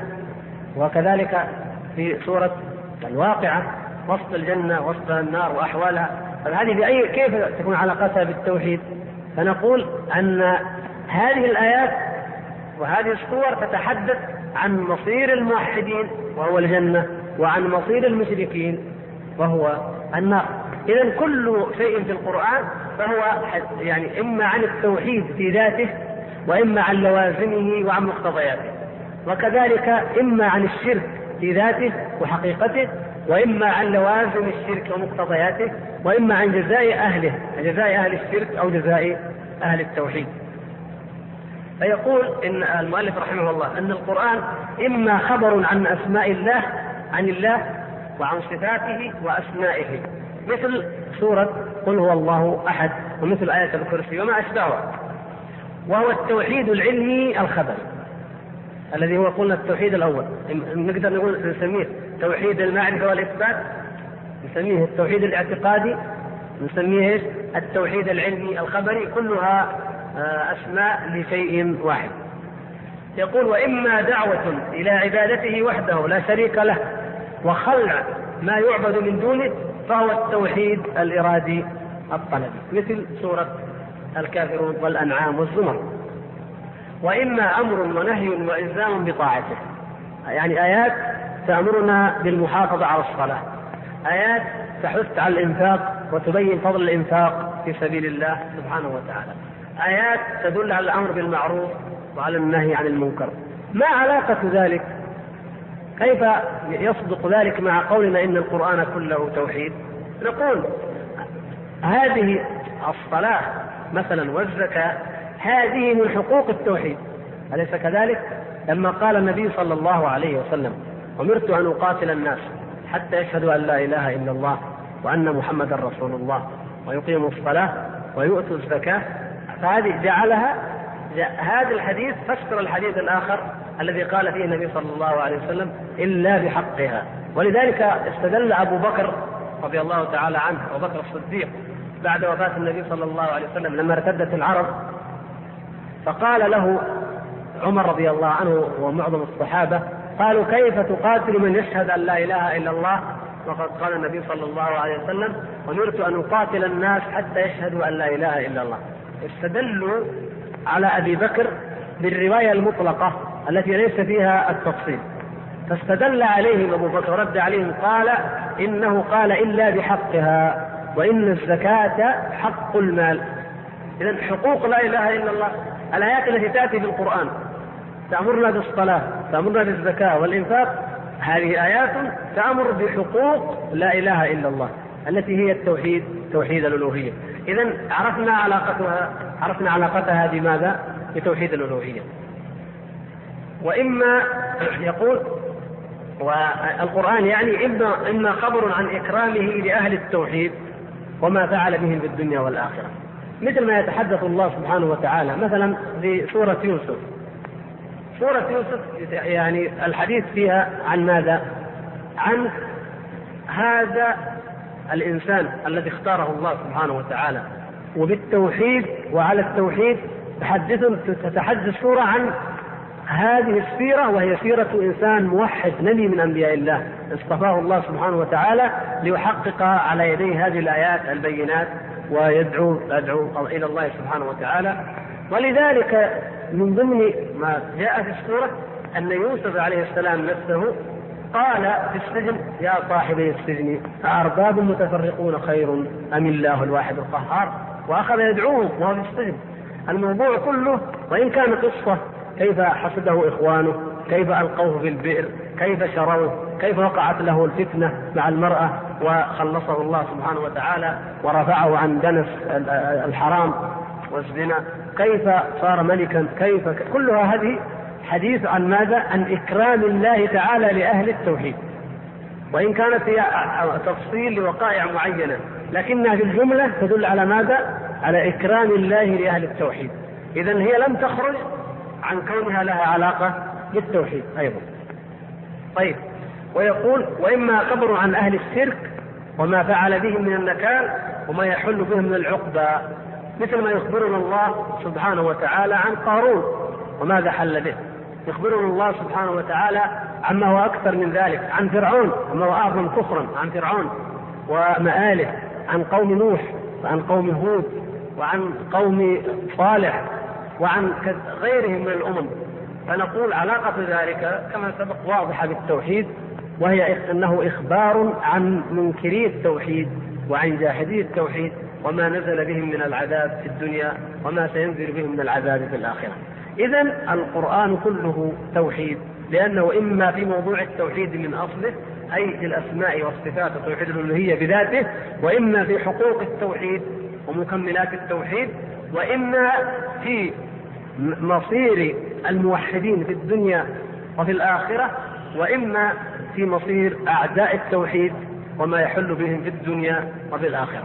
وكذلك في سورة الواقعة وصف الجنة وصف النار وأحوالها. فهذه بأي كيف تكون علاقتها بالتوحيد؟ فنقول أن هذه الآيات وهذه السور تتحدث عن مصير الموحدين وهو الجنة، وعن مصير المشركين وهو النار. إذن كل شيء في القرآن فهو يعني إما عن التوحيد في ذاته، وإما عن لوازمه وعن مقتضياته، وكذلك إما عن الشرك في ذاته وحقيقته، وإما عن لوازم الشرك ومقتضياته، وإما عن جزاء أهله، جزاء أهل الشرك أو جزاء أهل التوحيد. فيقول إن المؤلف رحمه الله أن القرآن إما خبر عن أسماء الله عن الله وعن صفاته وأسمائه، مثل سورة قل هو الله أحد، ومثل آية الكرسي وما أشبهها، وهو التوحيد العلمي الخبري الذي هو قلنا التوحيد الأول. نقدر نقول نسميه توحيد المعرفة والإثبات، نسميه التوحيد الاعتقادي، نسميه التوحيد العلمي الخبري، كلها أسماء لشيء واحد. يقول وإما دعوة إلى عبادته وحده لا شريك له وخلع ما يعبد من دونه، فهو التوحيد الإرادي الطلبي، مثل سورة الكافرون والأنعام والزمر. وإما أمر ونهي وإلزام بطاعته، يعني آيات تأمرنا بالمحافظة على الصلاة، آيات تحث على الإنفاق وتبين فضل الإنفاق في سبيل الله سبحانه وتعالى، آيات تدل على الأمر بالمعروف وعلى النهي عن المنكر. ما علاقة ذلك؟ كيف يصدق ذلك مع قولنا إن القرآن كله توحيد؟ نقول هذه الصلاة مثلا والزكاة هذه من حقوق التوحيد، أليس كذلك؟ لما قال النبي صلى الله عليه وسلم أمرت أن أقاتل الناس حتى يشهدوا أن لا إله إلا الله وأن محمدا رسول الله ويقيموا الصلاة ويؤتوا الزكاة، فهذه جعلها هذا الحديث فسر الحديث الآخر الذي قال فيه النبي صلى الله عليه وسلم إلا بحقها. ولذلك استدل أبو بكر رضي الله تعالى عنه أبو بكر الصديق بعد وفاة النبي صلى الله عليه وسلم لما ارتدت العرب، فقال له عمر رضي الله عنه ومعظم الصحابة قالوا كيف تقاتل من يشهد أن لا إله إلا الله وقد قال النبي صلى الله عليه وسلم أمرت أن أقاتل الناس حتى يشهدوا أن لا إله إلا الله. استدلوا على أبي بكر بالرواية المطلقة التي ليس فيها التفصيل، فاستدل عليهم أبو بكر ورد عليهم قال إنه قال إلا بحقها وإن الزكاة حق المال. إذن حقوق لا إله إلا الله الآيات التي تأتي في القرآن تأمرنا بالصلاة تأمرنا بالزكاة والإنفاق، هذه آيات تأمر بحقوق لا إله إلا الله التي هي التوحيد توحيد الألوهية. إذن عرفنا علاقتها عرفنا علاقتها بماذا؟ بتوحيد الألوهية. وإما يقول والقرآن يعني إما, إما خبر عن إكرامه لأهل التوحيد وما فعل بهم في الدنيا والآخرة، مثل ما يتحدث الله سبحانه وتعالى مثلا في سورة يوسف. سورة يوسف يعني الحديث فيها عن ماذا؟ عن هذا الإنسان الذي اختاره الله سبحانه وتعالى وبالتوحيد وعلى التوحيد تتحدث السورة عن هذه السيرة، وهي سيرة إنسان موحد نبي من أنبياء الله اصطفاه الله سبحانه وتعالى ليحقق على يديه هذه الآيات البينات ويدعو يدعو إلى الله سبحانه وتعالى. ولذلك من ضمن ما جاء في السورة أن يوسف عليه السلام نفسه قال في السجن يا صاحبي السجن أأرباب متفرقون خير أم الله الواحد القهار، وأخذ يدعوهم وهو في السجن. الموضوع كله وإن كان قصة كيف حسده إخوانه، كيف ألقوه في البئر، كيف شروه، كيف وقعت له الفتنة مع المرأة وخلصه الله سبحانه وتعالى ورفعه عن دنس الحرام والزنا، كيف صار ملكا، كيف كلها هذه حديث عن ماذا؟ عن إكرام الله تعالى لأهل التوحيد، وإن كانت هي تفصيل لوقائع معينة لكنها في الجملة تدل على ماذا؟ على إكرام الله لأهل التوحيد. إذن هي لم تخرج عن كونها لها علاقة بالتوحيد أيضا. طيب، ويقول وإما خبر عن أهل الشرك وما فعل بهم من النكال وما يحل بهم من العقبى، مثل ما يخبرنا الله سبحانه وتعالى عن قارون وماذا حل به، يخبرنا الله سبحانه وتعالى عما هو أكثر من ذلك، عن فرعون وما هو أعظم كفرا، عن فرعون ومآله، عن قوم نوح وعن قوم هود وعن قوم صالح وعن غيرهم من الأمم. فنقول علاقة ذلك كما سبق واضحة بالتوحيد، وهي أنه إخبار عن منكري التوحيد وعن جاحدي التوحيد وما نزل بهم من العذاب في الدنيا وما سينزل بهم من العذاب في الآخرة. إذن القرآن كله توحيد، لأنه إما في موضوع التوحيد من أصله أي في الأسماء والصفات وتوحيد الألوهية بذاته، وإما في حقوق التوحيد ومكملات التوحيد، وإما في مصير الموحدين في الدنيا وفي الآخرة، وإما في مصير أعداء التوحيد وما يحل بهم في الدنيا وفي الآخرة.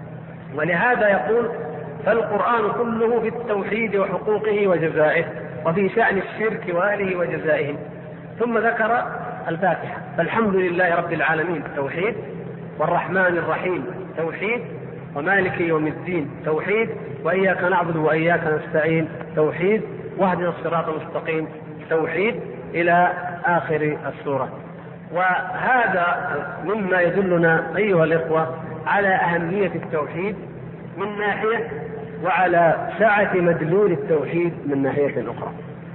ولهذا يقول فالقرآن كله في التوحيد وحقوقه وجزائه، وفي شأن الشرك وآله وجزائه. ثم ذكر الفاتحة، فالحمد لله رب العالمين توحيد، والرحمن الرحيم توحيد، ومالك يوم الدين توحيد، وإياك نعبد وإياك نستعين توحيد، واهدنا الصراط المستقيم توحيد، إلى آخر السورة. وهذا مما يدلنا أيها الإخوة على أهمية التوحيد من ناحية، وعلى سعة مدلول التوحيد من ناحية أخرى.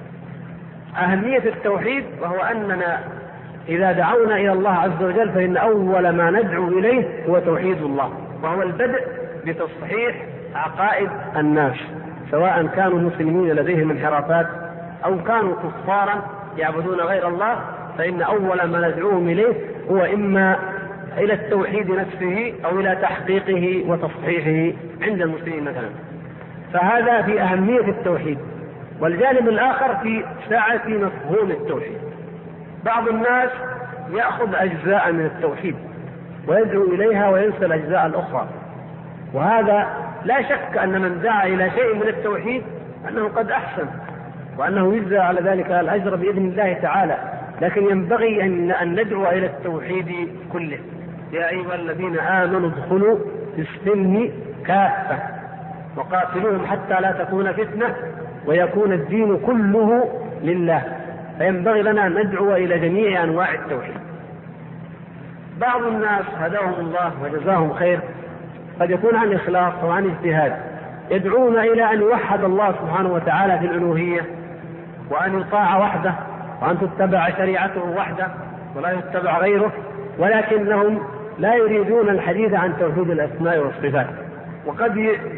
أهمية التوحيد وهو أننا إذا دعونا إلى الله عز وجل فإن أول ما ندعو إليه هو توحيد الله، وهو البدء بتصحيح عقائد الناس، سواء كانوا مسلمين لديهم انحرافات أو كانوا كفارا يعبدون غير الله، فإن أول ما ندعوهم إليه هو إما إلى التوحيد نفسه أو إلى تحقيقه وتصحيحه عند المسلمين مثلا. فهذا في أهمية التوحيد. والجانب الآخر في سعة مفهوم التوحيد. بعض الناس يأخذ أجزاء من التوحيد ويدعو إليها وينسى الأجزاء الأخرى، وهذا لا شك أن من دعا إلى شيء من التوحيد أنه قد أحسن وأنه يجزى على ذلك الأجر بإذن الله تعالى، لكن ينبغي أن ندعو إلى التوحيد كله. يا أيها الذين آمنوا ادخلوا في السلم كافة وقاتلوهم حتى لا تكون فتنة ويكون الدين كله لله. فينبغي لنا أن ندعو إلى جميع أنواع التوحيد. بعض الناس هداهم الله وجزاهم خير قد يكون عن إخلاص وعن اجتهاد، يدعون إلى أن يوحد الله سبحانه وتعالى في الألوهية، وأن يطاع وحده، وأن تتبع شريعته وحده ولا يتبع غيره، ولكنهم لا يريدون الحديث عن توحيد الأسماء والصفات. وقد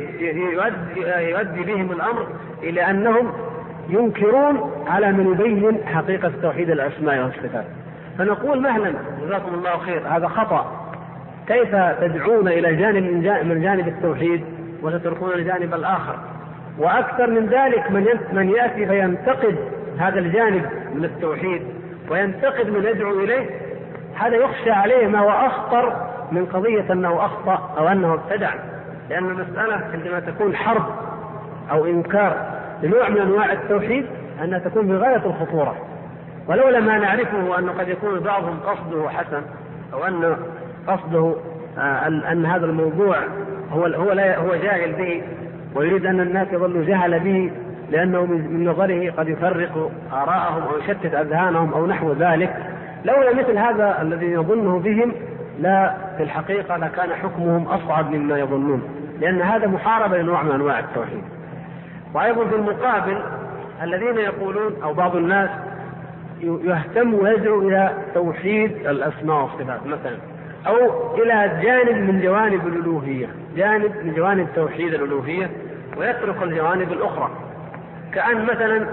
يؤدي بهم الأمر إلى أنهم ينكرون على من يبين حقيقة توحيد الأسماء والصفات. فنقول مهلا جزاكم الله خير، هذا خطأ. كيف تدعون إلى جانب من جانب التوحيد وتتركون الجانب الآخر؟ وأكثر من ذلك من يأتي فينتقد هذا الجانب من التوحيد وينتقد من يدعو إليه، هذا يخشى عليه ما هو أخطر من قضية أنه أخطأ أو أنه ابتدع. لأن المسألة عندما تكون حرب أو إنكار لنوع من أنواع التوحيد أنها تكون بغاية الخطورة، ولولا ما نعرفه أنه قد يكون بعضهم قصده حسن، أو أن قصده آه أن هذا الموضوع هو هو لا هو جاهل به ويريد أن الناس يظلوا جهل به لأنه من نظره قد يفرق آراءهم أو يشتت أذهانهم أو نحو ذلك. لولا مثل هذا الذي يظنه بهم لا في الحقيقة لكان حكمهم أصعب مما يظنون، لأن هذا محاربة لنوع من أنواع التوحيد. وأيضا في المقابل الذين يقولون أو بعض الناس يهتم ويدعو إلى توحيد الأسماء والصفات مثلا، أو إلى جانب من جوانب الألوهية، جانب من جوانب توحيد الألوهية، ويترك الجوانب الأخرى، كأن مثلا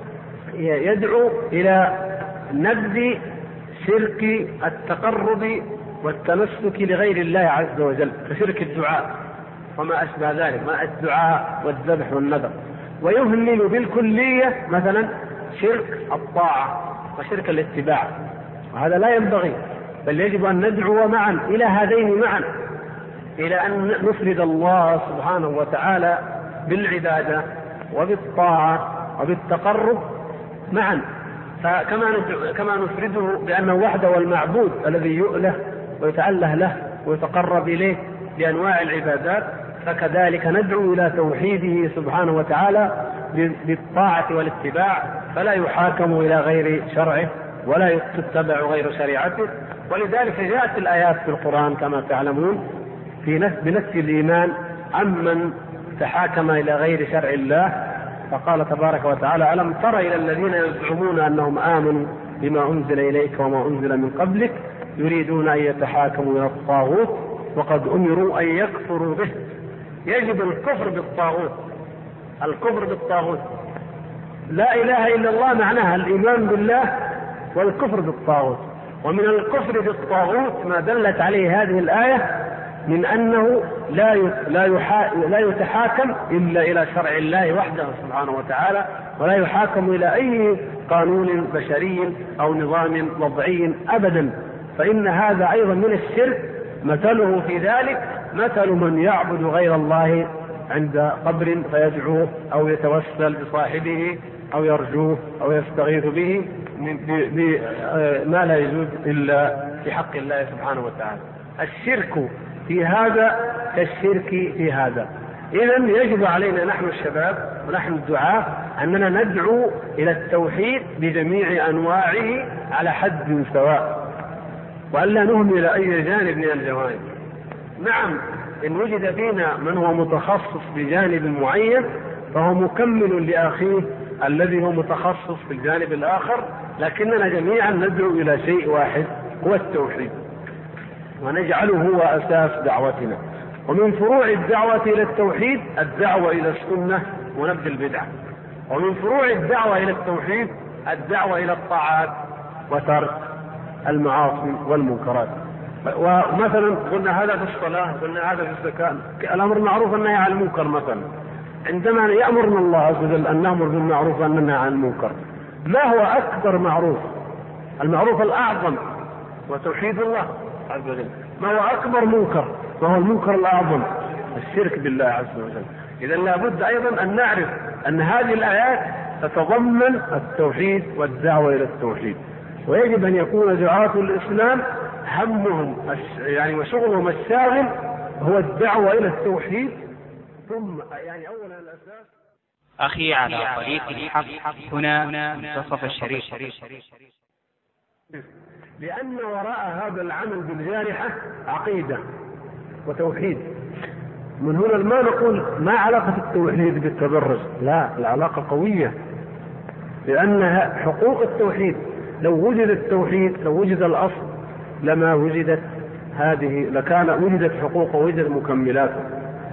يدعو إلى نبذ شرك التقرب والتمسك لغير الله عز وجل كشرك الدعاء وما أشبه ذلك، ما الدعاء والذبح والنذر، ويهمل بالكلية مثلا شرك الطاعة وشرك الاتباع. وهذا لا ينبغي، بل يجب أن ندعو معا إلى هذين معا، إلى أن نفرد الله سبحانه وتعالى بالعبادة وبالطاعة وبالتقرب معا. فكما كما نفرده بأنه وحده والمعبود الذي يؤله ويتأله له ويتقرب إليه بأنواع العبادات، فكذلك ندعو إلى توحيده سبحانه وتعالى بالطاعة والاتباع، فلا يحاكم إلى غير شرعه ولا تتبع غير شريعته. ولذلك جاءت الآيات في القرآن كما تعلمون في بنفي الإيمان عمن تحاكم إلى غير شرع الله، فقال تبارك وتعالى: ألم تر إلى الذين يزعمون أنهم آمنوا بما أنزل إليك وما أنزل من قبلك يريدون أن يتحاكموا إلى الطاغوت وقد أمروا أن يكفروا به. يجب الكفر بالطاغوت، الكفر بالطاغوت. لا إله إلا الله معناها الإيمان بالله والكفر بالطاغوت. ومن الكفر بالطاغوت ما دلت عليه هذه الآية من أنه لا لا لا يتحاكم إلا إلى شرع الله وحده سبحانه وتعالى، ولا يحاكم إلى أي قانون بشري أو نظام وضعي أبدا. فإن هذا أيضا من الشرك، مثله في ذلك مثل من يعبد غير الله عند قبر فيدعوه أو يتوسل بصاحبه أو يرجوه أو يستغيث به بما لا يجوز إلا في حق الله سبحانه وتعالى. الشرك في هذا كالشرك في هذا. إذن يجب علينا نحن الشباب ونحن الدعاة أننا ندعو إلى التوحيد بجميع أنواعه على حد سواء، وألا نهمل أي جانب من الجوانب. نعم، إن وجد فينا من هو متخصص بجانب معين فهو مكمل لأخيه الذي هو متخصص في الجانب الآخر، لكننا جميعا ندعو إلى شيء واحد هو التوحيد، ونجعله هو أساس دعوتنا. ومن فروع الدعوة إلى التوحيد الدعوة إلى السنة ونبذ البدع. ومن فروع الدعوة إلى التوحيد الدعوة إلى الطاعات وترك المعاصي والمنكرات. ومثلا قلنا هذا في الصلاة، قلنا هذا في الزكاة، الأمر المعروف والنهي عن المنكر. مثلا عندما يأمرنا الله عز وجل أن نأمر بالمعروف وأن ننهى عن المنكر، ما هو أكبر معروف؟ المعروف الأعظم وتوحيد الله عز وجل. ما هو أكبر منكر؟ وهو المنكر الأعظم الشرك بالله عز وجل. إذا لابد أيضا أن نعرف أن هذه الآيات تتضمن التوحيد والدعوة إلى التوحيد، ويجب أن يكون دعاة الإسلام همهم يعني وشغلهم الشاغل هو الدعوة إلى التوحيد، ثم يعني أولا الأساس. أخي على طريق الحق هنا منتصف الشريف. لأن وراء هذا العمل بالجارحة عقيدة وتوحيد. من هنا ما نقول ما علاقة التوحيد بالتبرج، لا، العلاقة قوية، لأنها حقوق التوحيد. لو وجد التوحيد، لو وجد الأصل، لما وجدت هذه، لكان وجدت حقوق ووجدت مكملاته.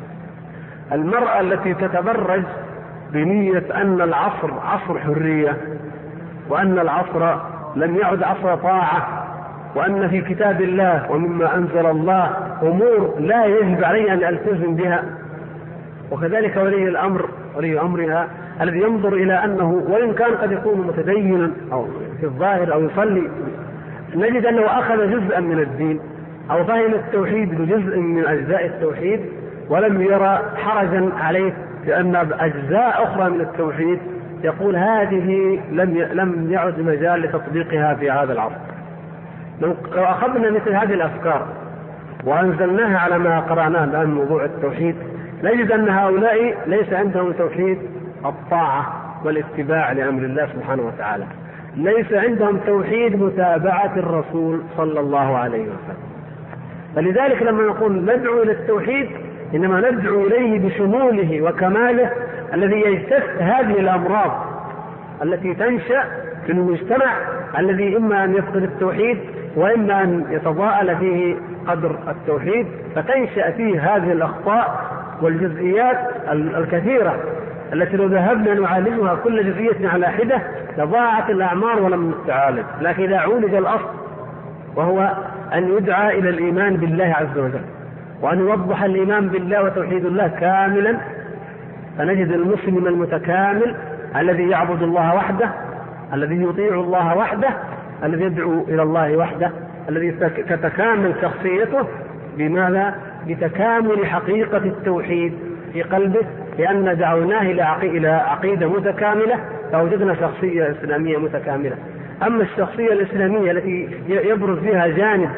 المرأة التي تتبرج بنية أن العصر عصر حرية، وأن العصر لم يعد عصر طاعة، وأن في كتاب الله ومما أنزل الله أمور لا يجب علي أن ألتزم بها، وكذلك ولي الأمر ولي أمرها الذي ينظر إلى أنه وإن كان قد يكون متدينا أو في الظاهر أو يصلي، نجد أنه أخذ جزءا من الدين أو فهم التوحيد بجزء من أجزاء التوحيد، ولم يرى حرجا عليه لأن أجزاء أخرى من التوحيد يقول هذه لم لم يعد مجال لتطبيقها في هذا العصر. لو أخذنا مثل هذه الأفكار وأنزلناها على ما قرأناه الآن موضوع التوحيد، نجد أن هؤلاء ليس عندهم توحيد الطاعة والاتباع لأمر الله سبحانه وتعالى، ليس عندهم توحيد متابعة الرسول صلى الله عليه وسلم. فلذلك لما نقول ندعو إلى التوحيد إنما ندعو إليه بشموله وكماله الذي يجتث هذه الأمراض التي تنشأ في المجتمع الذي إما أن يفقد التوحيد وإما أن يتضاءل فيه قدر التوحيد، فتنشأ فيه هذه الأخطاء والجزئيات الكثيرة التي لو ذهبنا نعالجها كل جزئية على حدة لضاعت الأعمار ولم تعالج. لكن إذا عولج الأصل وهو أن يدعى إلى الإيمان بالله عز وجل، وأن يوضح الإيمان بالله وتوحيد الله كاملا، فنجد المسلم المتكامل الذي يعبد الله وحده، الذي يطيع الله وحده، الذي يدعو إلى الله وحده، الذي تتكامل شخصيته. بماذا؟ بتكامل حقيقة التوحيد في قلبه، لأن دعوناه إلى عقيدة متكاملة فوجدنا شخصية إسلامية متكاملة. أما الشخصية الإسلامية التي يبرز فيها جانب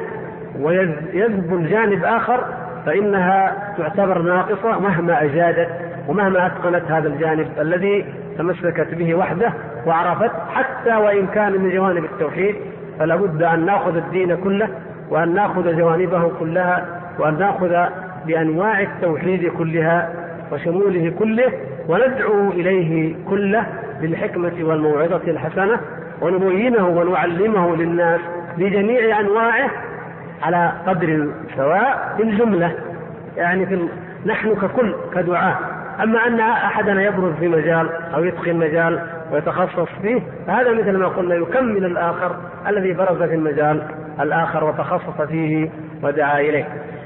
ويذبل جانب آخر فإنها تعتبر ناقصة مهما أجادت ومهما أتقنت هذا الجانب الذي تمسكت به وحده وعرفت، حتى وإن كان من جوانب التوحيد. فلا بد أن نأخذ الدين كله وأن نأخذ جوانبه كلها وأن نأخذ بأنواع التوحيد كلها وشموله كله، وندعو إليه كله بالحكمة والموعظة الحسنة، ونبينه ونعلمه للناس بجميع أنواعه على قدر سواء بالجملة. يعني في نحن ككل كدعاء. أما أن أحدنا يبرز في مجال أو يتقن مجال ويتخصص فيه فهذا مثل ما قلنا يكمل الآخر الذي برز في المجال الآخر وتخصص فيه ودعا إليه.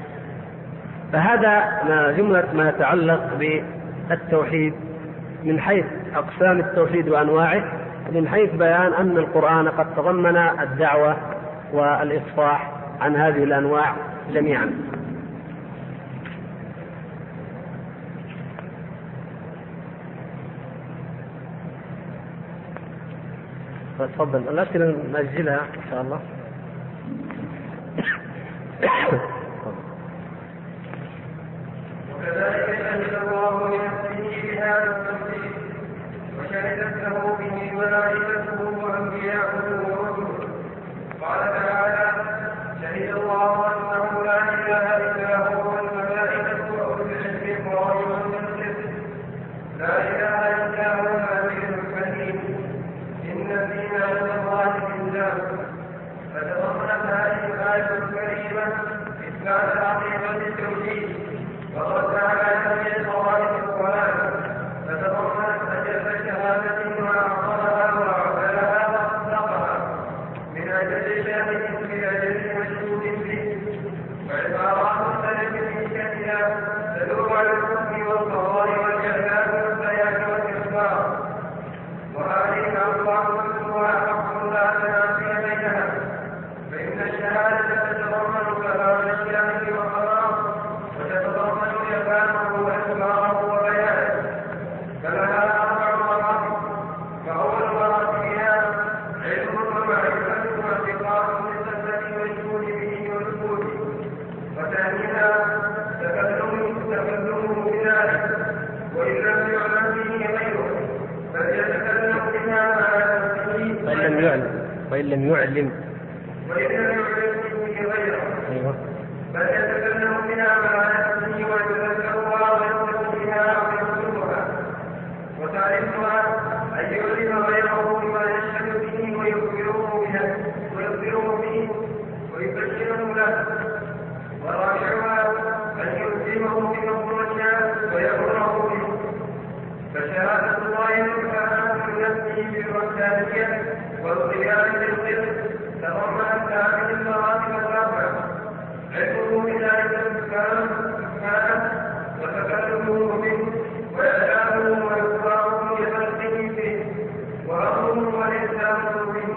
فهذا ما جملة ما يتعلق بالتوحيد من حيث أقسام التوحيد وأنواعه، من حيث بيان أن القرآن قد تضمن الدعوة والإصلاح عن هذه الأنواع جميعا. تفضل الأسئلة نأجلها إن شاء الله. وكذلك شهد الله لنفسه بهذا التوحيد وشهدت له به ملائكته وأنبياؤه ورسله. قال تعالى: شهد الله أنه لا إله إلا هو والملائكة وأولو العلم قائما بالقسط لا إله إلا هو العزيز الحكيم إن الدين عند الله الإسلام. فتضمنت هذه الآية الكريمة إثبات عقيدة التوحيد وقد على جميع طوائف القرآن، فتضمنت شاهد بأجل مشهود به. وعبارات السلف في شأنها تدور على الحكم والقضاء والإعلام والبيان والإخبار، وهذه الألفاظ كلها حق لا تنافي بينها، فإن الشهادة تتضمن كلام الشاهد وقراره، وتتضمن إعلامه وإخباره وبيانه، فلها أربع مراتب. فأول مراتبها علم ومعرفة واعتقاد بصفة المشهود به والثبوت، وثانيها تكلمه تكلمه بذلك وإن لم يعلم به غيره فليتكلم بها على نفسه وإن لم يعلم وإن لم يعلم وإن لم يعلم به غيره أيوه فليتكلم بها على نفسه ويتذكرها ويتذكر بها ويذكرها. وثالثها أن يعلم غيره بما يشهد به ويخبره به ويخبره به ويبشره له. ورابعها أن يلزمه بمخرجها ويأمره به. فشهادة الله سبحانه لنفسه بالوحدانية والقيام بالقسط تضمنت هذه المراتب الأربعة: علمه بذلك سبحانه وتكلمه به وإعلامه وإخباره بخلقه به وأمره والإلزام به.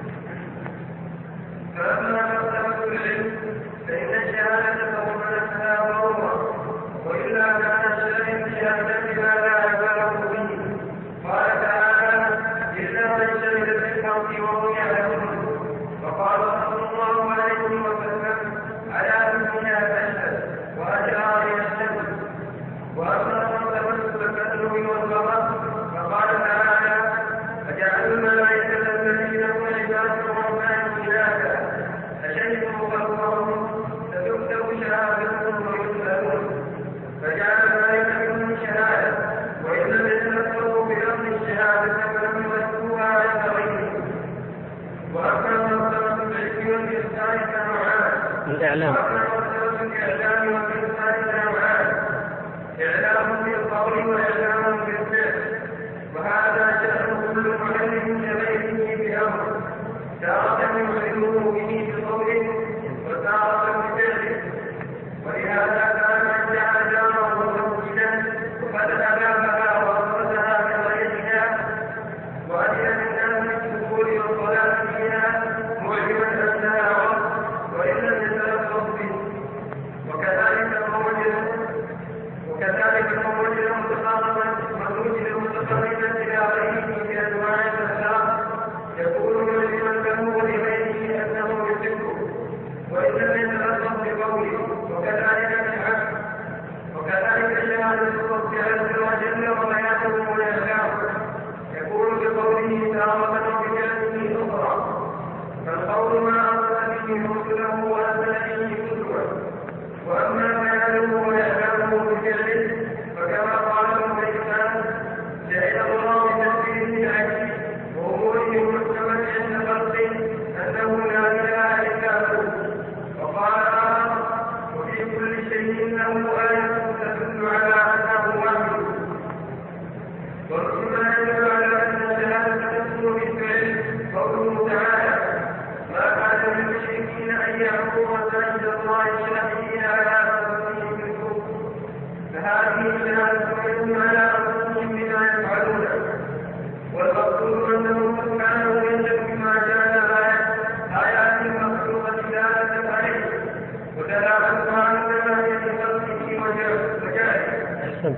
فأما مرتبة العلم فإن الشهادة تضمنتها ضرورة، وإلا كان الشاهد شهادة بما لا يبالغ به. قال تعالى: إلا من شهد بالحق وهم يعلمون. فقال صلى الله عليه وسلم: على مثلها فاشهد وأجرى يشهد. وأما مرتبة التكلم والغرض فقال تعالى: فجعلوا الملائكة الذين هم عباد الرحمن إناثا أشهدوا خلقهم فتكتب شهادتهم ويسألون. فجعل ذلك منهم شهادة، وإن لم يتذكروا بلفظ الشهادة فلم يؤدوها عند غيرهم. وأما مرتبة العلم والإحسان فنوعان. الإعلام وأما مرتبة الإعلام والإحسان فنوعان: إعلام بالقول وإعلام بالفعل. وهذا شأن كل معلم لغيره بأمر، تارة يعلمه به بقوله وتارة بفعله. ولهذا كان من جعل داره مسجدا وقد أبابها وأخرجها بغيرها وأذن الناس بالدخول والصلاة فيها معلما أنها عرض وإن لم يتلفظ به. وكذلك الموجه وكذلك الموجه متقاربا والموجه متقربا إلى غيره بأنواع الأخلاق يكون معلما له ولغيره أنه يحبه وإن لم يتلفظ بقوله. وكذلك الحق وكذلك شهادة الرب عز وجل وبيانه وإعلامه يكون بقوله تارة وبفعله أخرى. فالقول ما أرسل به رسله وأنزل به كتبه. وأما بيانه وإعلامه بفعله فكما قال ابن الإنسان: شهد الله بتنفيذه العجيب وأموره المحكمة عند خلقه أنه لا إله إلا هو. وقال آخر: وفي كل شيء له آية تدل على أنه واحد. ومما يدل على أن الشهادة تكون بالفعل قوله تعالى: ما كان للمشركين أن يعبدوا مساجد الله شاهدين على أنفسهم بالكفر. فهذه الشهادة تدل على أنفسهم بما يفعلون. والمقصود أنه سبحانه يجب بما جاء آيات مخلوقة دالة عليه ودلالتها على ثمانية خلقه وجعله. أحسنت.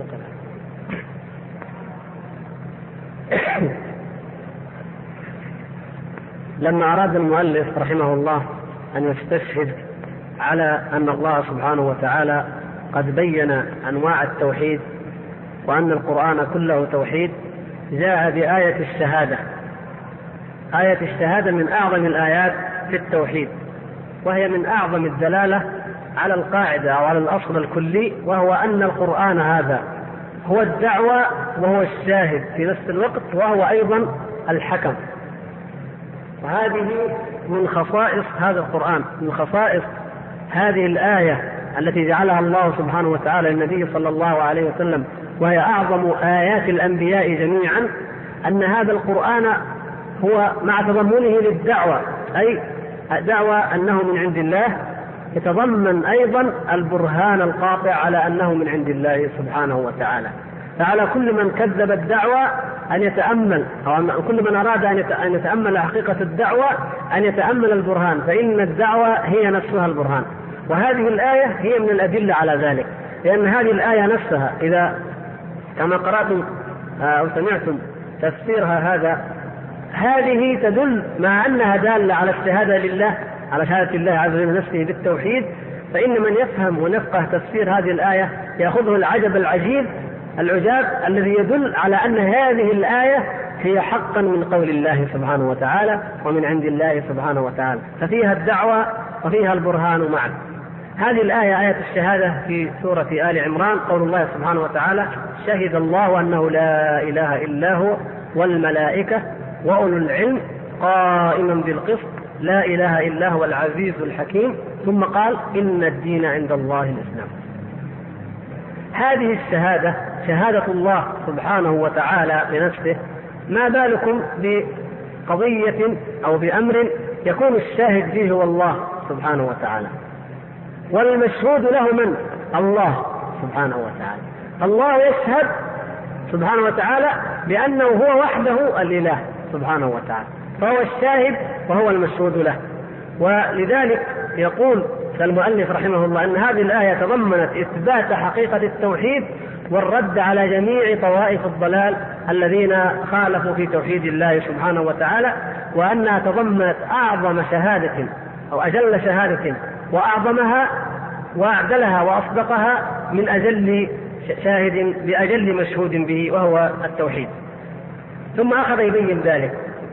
لما أراد المؤلف رحمه الله أن يستشهد على أن الله سبحانه وتعالى قد بين أنواع التوحيد وأن القرآن كله توحيد، جاء بآية الشهادة. آية الشهادة من أعظم الآيات في التوحيد، وهي من أعظم الدلالة على القاعدة أو على الأصل الكلي، وهو أن القرآن هذا هو الدعوة وهو الشاهد في نفس الوقت، وهو أيضا الحكم. وهذه من خصائص هذا القرآن، من خصائص هذه الآية التي جعلها الله سبحانه وتعالى للنبي صلى الله عليه وسلم، وهي أعظم آيات الأنبياء جميعا، أن هذا القرآن هو مع تضمنه للدعوة، أي دعوى أنه من عند الله يتضمن أيضا البرهان القاطع على أنه من عند الله سبحانه وتعالى. فعلى كل من كذب الدعوة أن يتأمل، أو كل من أراد أن يتأمل حقيقة الدعوة أن يتأمل البرهان، فإن الدعوة هي نفسها البرهان. وهذه الآية هي من الأدلة على ذلك، لأن هذه الآية نفسها إذا كما قرأتم أو سمعتم تفسيرها هذا، هذه تدل مع أنها دالة على الشهادة لله، على شهادة الله عز وجل نفسه بالتوحيد، فإن من يفهم ونفقه تفسير هذه الآية يأخذه العجب العجيب العجاب الذي يدل على أن هذه الآية هي حقا من قول الله سبحانه وتعالى ومن عند الله سبحانه وتعالى، ففيها الدعوة وفيها البرهان معا. هذه الآية آية الشهادة في سورة آل عمران، قول الله سبحانه وتعالى: شهد الله أنه لا إله إلا هو والملائكة وأولو العلم قائما بالقسط لا إله إلا هو العزيز الحكيم، ثم قال: إن الدين عند الله الإسلام. هذه الشهادة شهادة الله سبحانه وتعالى لنفسه، ما بالكم بقضية أو بأمر يكون الشاهد فيه هو الله سبحانه وتعالى، والمشهود له من؟ الله سبحانه وتعالى. الله يشهد سبحانه وتعالى بأنه هو وحده الإله سبحانه وتعالى، فهو الشاهد وهو المشهود له. ولذلك يقول المؤلف رحمه الله أن هذه الآية تضمنت إثبات حقيقة التوحيد والرد على جميع طوائف الضلال الذين خالفوا في توحيد الله سبحانه وتعالى، وأنها تضمنت أعظم شهادة أو أجل شهادة وأعظمها وأعدلها وأصدقها من أجل شاهد بأجل مشهود به وهو التوحيد. ثم أخذ يبين ذلك.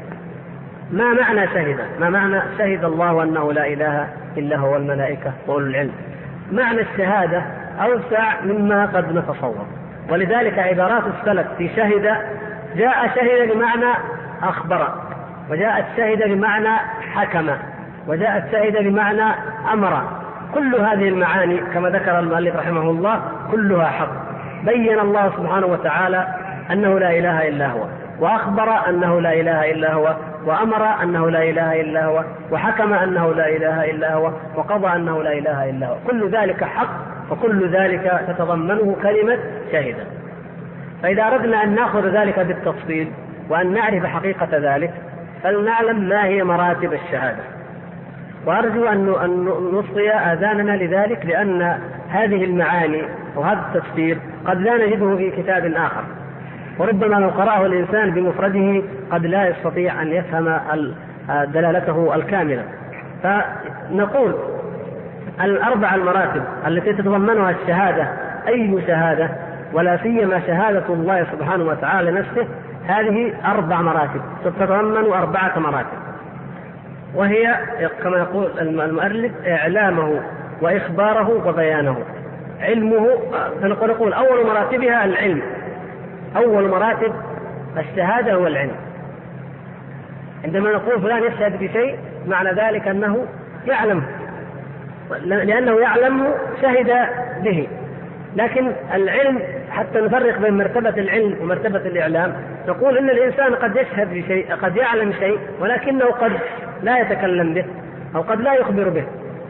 ما معنى شهد؟ ما معنى شهد الله أنه لا إله إلا هو الملائكة وأولو العلم؟ معنى الشهادة أوسع مما قد نتصور، ولذلك عبارات السلف في شهد جاء شهد بمعنى أخبر، وجاءت شهد بمعنى حكم، وجاءت شهد بمعنى أمر. كل هذه المعاني كما ذكر المؤلف رحمه الله كلها حق. بين الله سبحانه وتعالى أنه لا إله إلا هو، وأخبر أنه لا إله إلا هو، وأمر أنه لا إله إلا هو، وحكم أنه لا إله إلا هو، وقضى أنه لا إله إلا هو. كل ذلك حق، وكل ذلك تتضمنه كلمة شهد. فإذا أردنا أن نأخذ ذلك بالتفصيل وأن نعرف حقيقة ذلك فلنعلم ما هي مراتب الشهادة. وأرجو أن نصغي آذاننا لذلك، لأن هذه المعاني وهذا التفسير قد لا نجده في كتاب آخر، وربما لو قرأه الإنسان بمفرده قد لا يستطيع أن يفهم دلالته الكاملة. فنقول الأربع المراتب التي تتضمنها الشهادة، أي شهادة ولا سيما شهادة الله سبحانه وتعالى نفسه، هذه أربع مراتب تتضمن أربعة مراتب، وهي كما يقول المؤلف إعلامه وإخباره وبيانه. علمه، فنقول أول مراتبها العلم. أول مراتب الشهادة هو العلم. عندما نقول فلان يشهد بشيء معنى ذلك أنه يعلم، لأنه يعلم شهد به. لكن العلم حتى نفرق بين مرتبة العلم ومرتبة الإعلام، نقول إن الإنسان قد يشهد بشيء، قد يعلم شيء، ولكنه قد لا يتكلم به أو قد لا يخبر به.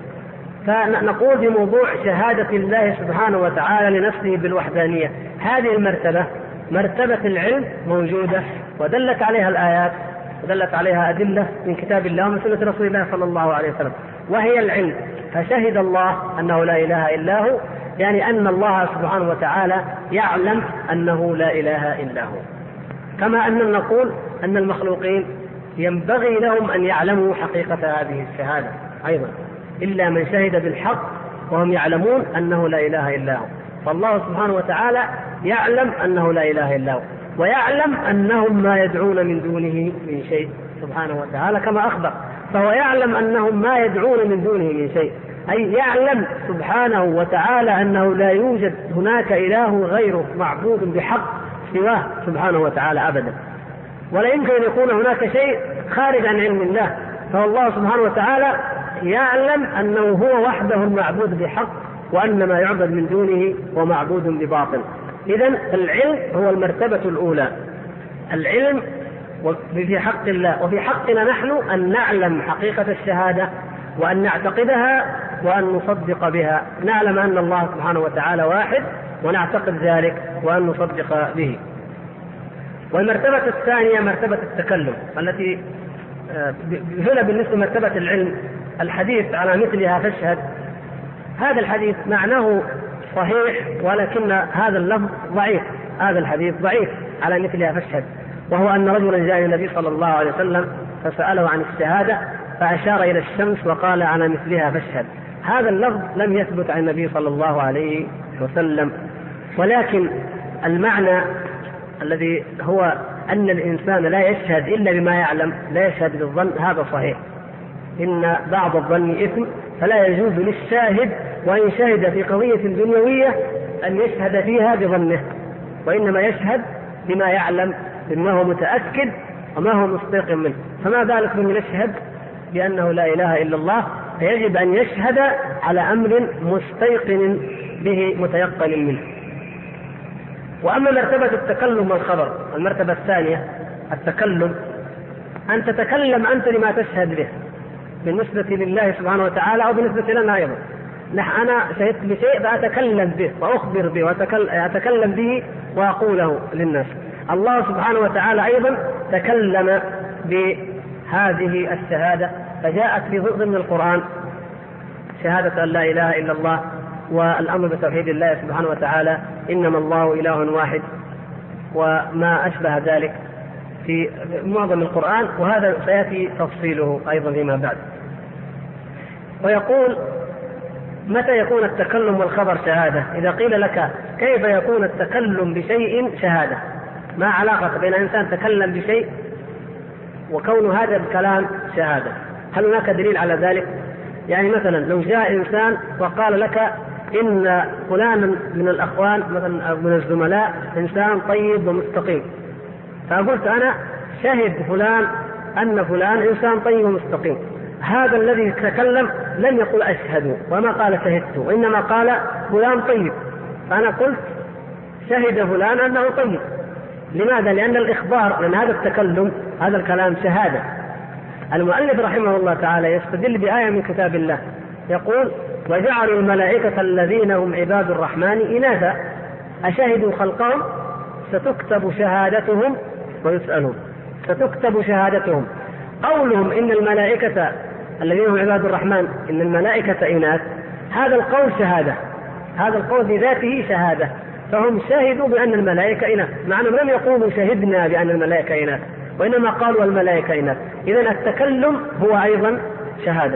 فنقول في موضوع شهادة الله سبحانه وتعالى لنفسه بالوحدانية، هذه المرتبة مرتبة العلم موجودة ودلت عليها الآيات ودلت عليها أدلة من كتاب الله ومن سنة رسول الله صلى الله عليه وسلم، وهي العلم. فشهد الله أنه لا إله إلا هو، يعني أن الله سبحانه وتعالى يعلم أنه لا إله إلا هو. كما أن نقول أن المخلوقين ينبغي لهم أن يعلموا حقيقة هذه الشهادة أيضا، إلا من شهد بالحق وهم يعلمون أنه لا إله إلا هو. فالله سبحانه وتعالى يعلم أنه لا إله إلا هو، ويعلم أنهم ما يدعون من دونه من شيء سبحانه وتعالى كما أخبر. فهو يعلم أنهم ما يدعون من دونه من شيء، أي يعلم سبحانه وتعالى أنه لا يوجد هناك إله غيره معبود بحق سواه سبحانه وتعالى أبدا، ولا يمكن أن يكون هناك شيء خارج عن علم الله. فالله سبحانه وتعالى يعلم أنه هو وحده المعبود بحق، وأن ما يعبد من دونه ومعبود بباطل. إذن العلم هو المرتبة الأولى. العلم وفي حق الله وفي حقنا نحن أن نعلم حقيقة الشهادة وأن نعتقدها وأن نصدق بها. نعلم أن الله سبحانه وتعالى واحد ونعتقد ذلك وأن نصدق به. والمرتبة الثانية مرتبة التكلم التي هنا بالنسبة لمرتبة العلم الحديث على مثلها فاشهد. هذا الحديث معناه صحيح ولكن هذا اللفظ ضعيف. هذا الحديث ضعيف على مثلها فاشهد، وهو أن رجلا جاء إلى النبي صلى الله عليه وسلم فسأله عن الشهادة فأشار إلى الشمس وقال على مثلها فاشهد. هذا اللفظ لم يثبت عن النبي صلى الله عليه وسلم، ولكن المعنى الذي هو أن الإنسان لا يشهد إلا بما يعلم، لا يشهد بالظن، هذا صحيح. إن بعض الظن إثم، فلا يجوز للشاهد وإن شهد في قضية دنيوية أن يشهد فيها بظنه، وإنما يشهد بما يعلم بما هو متأكد وما هو مستيقن منه. فما بالك بمن يشهد بأنه لا إله إلا الله، فيجب أن يشهد على أمر مستيقن به متيقن منه. وأما مرتبة التكلم والخبر، المرتبة الثانية التكلم، أن تتكلم أنت لما تشهد به بالنسبة لله سبحانه وتعالى أو بالنسبة لنا أيضا. نحن أنا شهدت بشيء فأتكلم به وأخبر به وأتكلم به وأقوله للناس. الله سبحانه وتعالى أيضا تكلم بهذه الشهادة، فجاءت في ضمن القرآن شهادة أن لا إله إلا الله والأمر بتوحيد الله سبحانه وتعالى، إنما الله إله واحد، وما أشبه ذلك في معظم القرآن، وهذا سيأتي تفصيله أيضا فيما بعد. ويقول متى يكون التكلم والخبر شهادة؟ إذا قيل لك كيف يكون التكلم بشيء شهادة، ما علاقة بين إنسان تكلم بشيء وكون هذا الكلام شهادة؟ هل هناك دليل على ذلك؟ يعني مثلا لو جاء إنسان وقال لك إن فلانا من الأخوان مثلا من الزملاء إنسان طيب ومستقيم، فقلت أنا شهد فلان أن فلان إنسان طيب ومستقيم، هذا الذي تكلم لم يقل أشهد وما قال شهدت، وإنما قال فلان طيب، فأنا قلت شهد فلان أنه طيب. لماذا؟ لأن الإخبار، لأن هذا التكلم هذا الكلام شهادة. المؤلف رحمه الله تعالى يستدل بآية من كتاب الله يقول وجعلوا الملائكة الذين هم عباد الرحمن إناثا أشهدوا خلقهم ستكتب شهادتهم ويسألون. ستكتب شهادتهم. قولهم إن الملائكة الذين هم عباد الرحمن إن الملائكة إناث، هذا القول شهادة، هذا القول بذاته شهادة، فهم شهدوا بأن الملائكة إناث، مع أنهم لم يقولوا شهدنا بأن الملائكة إناث، وإنما قالوا الملائكة إناث. إذن التكلم هو أيضا شهادة.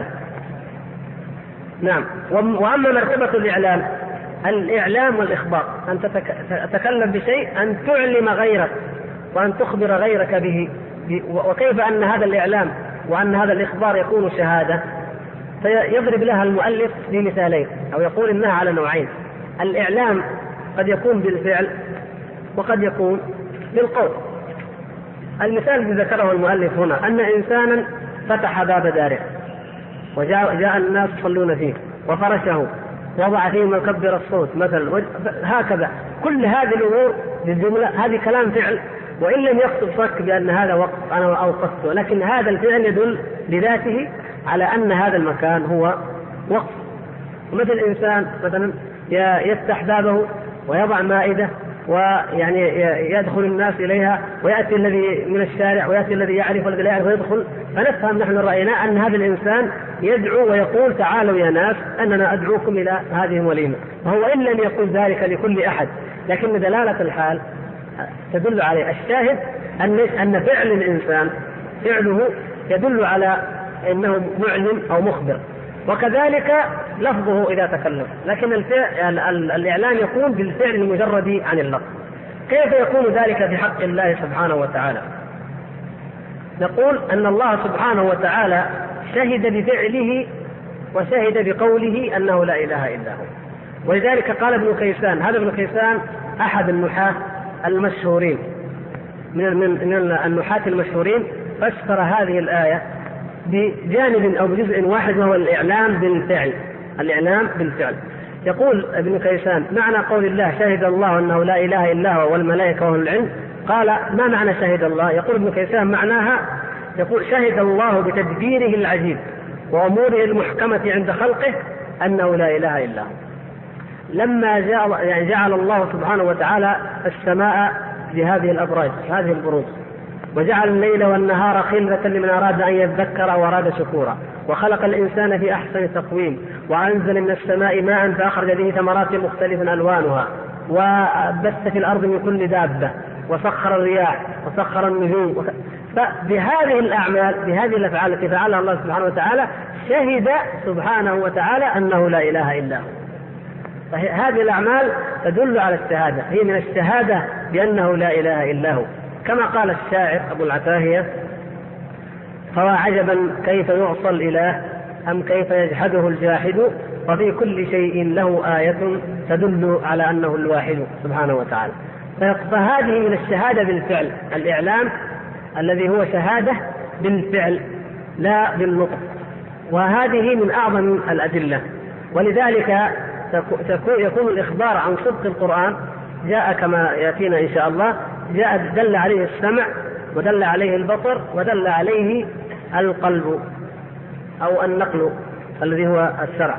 نعم. وأما مرتبة الإعلام، الإعلام والإخبار، أن تتكلم بشيء، أن تعلم غيرك وأن تخبر غيرك به. وكيف أن هذا الإعلام وأن هذا الإخبار يكون شهادة؟ فيضرب لها المؤلف بمثالين، أو يقول إنها على نوعين. الإعلام قد يكون بالفعل وقد يكون بالقول. المثال الذي ذكره المؤلف هنا أن إنسانا فتح باب داره وجاء جاء الناس يصلون فيه وفرشه وضع فيه مكبر الصوت مثلا، هكذا. كل هذه الأمور بالجملة هذه كلام فعل، وإن لم يقصد شك بأن هذا وقف أنا أوقفته، لكن هذا الفعل يدل بذاته على أن هذا المكان هو وقف. مثل إنسان مثلا يفتح بابه ويضع مائدة ويعني يدخل الناس إليها، ويأتي الذي من الشارع ويأتي الذي يعرف والذي لا يعرف ويدخل، فنفهم نحن رأينا أن هذا الإنسان يدعو ويقول تعالوا يا ناس أننا أدعوكم إلى هذه الوليمة، وهو إن لم يقل ذلك لكل أحد، لكن دلالة الحال تدل عليه. الشاهد أن أن فعل الإنسان فعله يدل على أنه معلم أو مخبر، وكذلك لفظه إذا تكلم، لكن الفعل الإعلام يكون بالفعل المجرد عن اللفظ. كيف يكون ذلك في حق الله سبحانه وتعالى؟ نقول أن الله سبحانه وتعالى شهد بفعله وشهد بقوله أنه لا إله إلا هو. ولذلك قال ابن كيسان، هذا ابن كيسان أحد النحاة المشهورين من من النحاة المشهورين، فسر هذه الآية بجانب أو بجزء واحد وهو الإعلام بالفعل. الإعلام بالفعل. يقول ابن كيسان معنى قول الله شهد الله أنه لا إله إلا هو والملائكة وأولو العلم قال ما معنى شهد الله؟ يقول ابن كيسان معناها، يقول شهد الله بتدبيره العجيب وأموره المحكمة عند خلقه أنه لا إله إلا هو. لما جعل, يعني جعل الله سبحانه وتعالى السماء بهذه الأبراج هذه البروج، وجعل الليل والنهار خلفة لمن أراد أن يذكر وأراد شكورا، وخلق الإنسان في أحسن تقويم، وأنزل من السماء ماء فأخرج به ثمرات مختلفا ألوانها، وبث في الأرض من كل دابة، وسخر الرياح وسخر النجوم. فبهذه الأعمال بهذه الأفعال التي فعلها الله سبحانه وتعالى شهد سبحانه وتعالى أنه لا إله إلا هو. هذه الأعمال تدل على الشهادة، هي من الشهادة بأنه لا إله إلا هو. كما قال الشاعر أبو العتاهية: فوا عجبا كيف يعصى الإله أم كيف يجحده الجاحد، وفي كل شيء له آية تدل على أنه الواحد سبحانه وتعالى. فهذه من الشهادة بالفعل، الإعلام الذي هو شهادة بالفعل لا بالنطق، وهذه من أعظم الأدلة. ولذلك يكون الإخبار عن صدق القرآن جاء كما يأتينا إن شاء الله، جاء دل عليه السمع ودل عليه البصر ودل عليه القلب أو النقل الذي هو الشرع.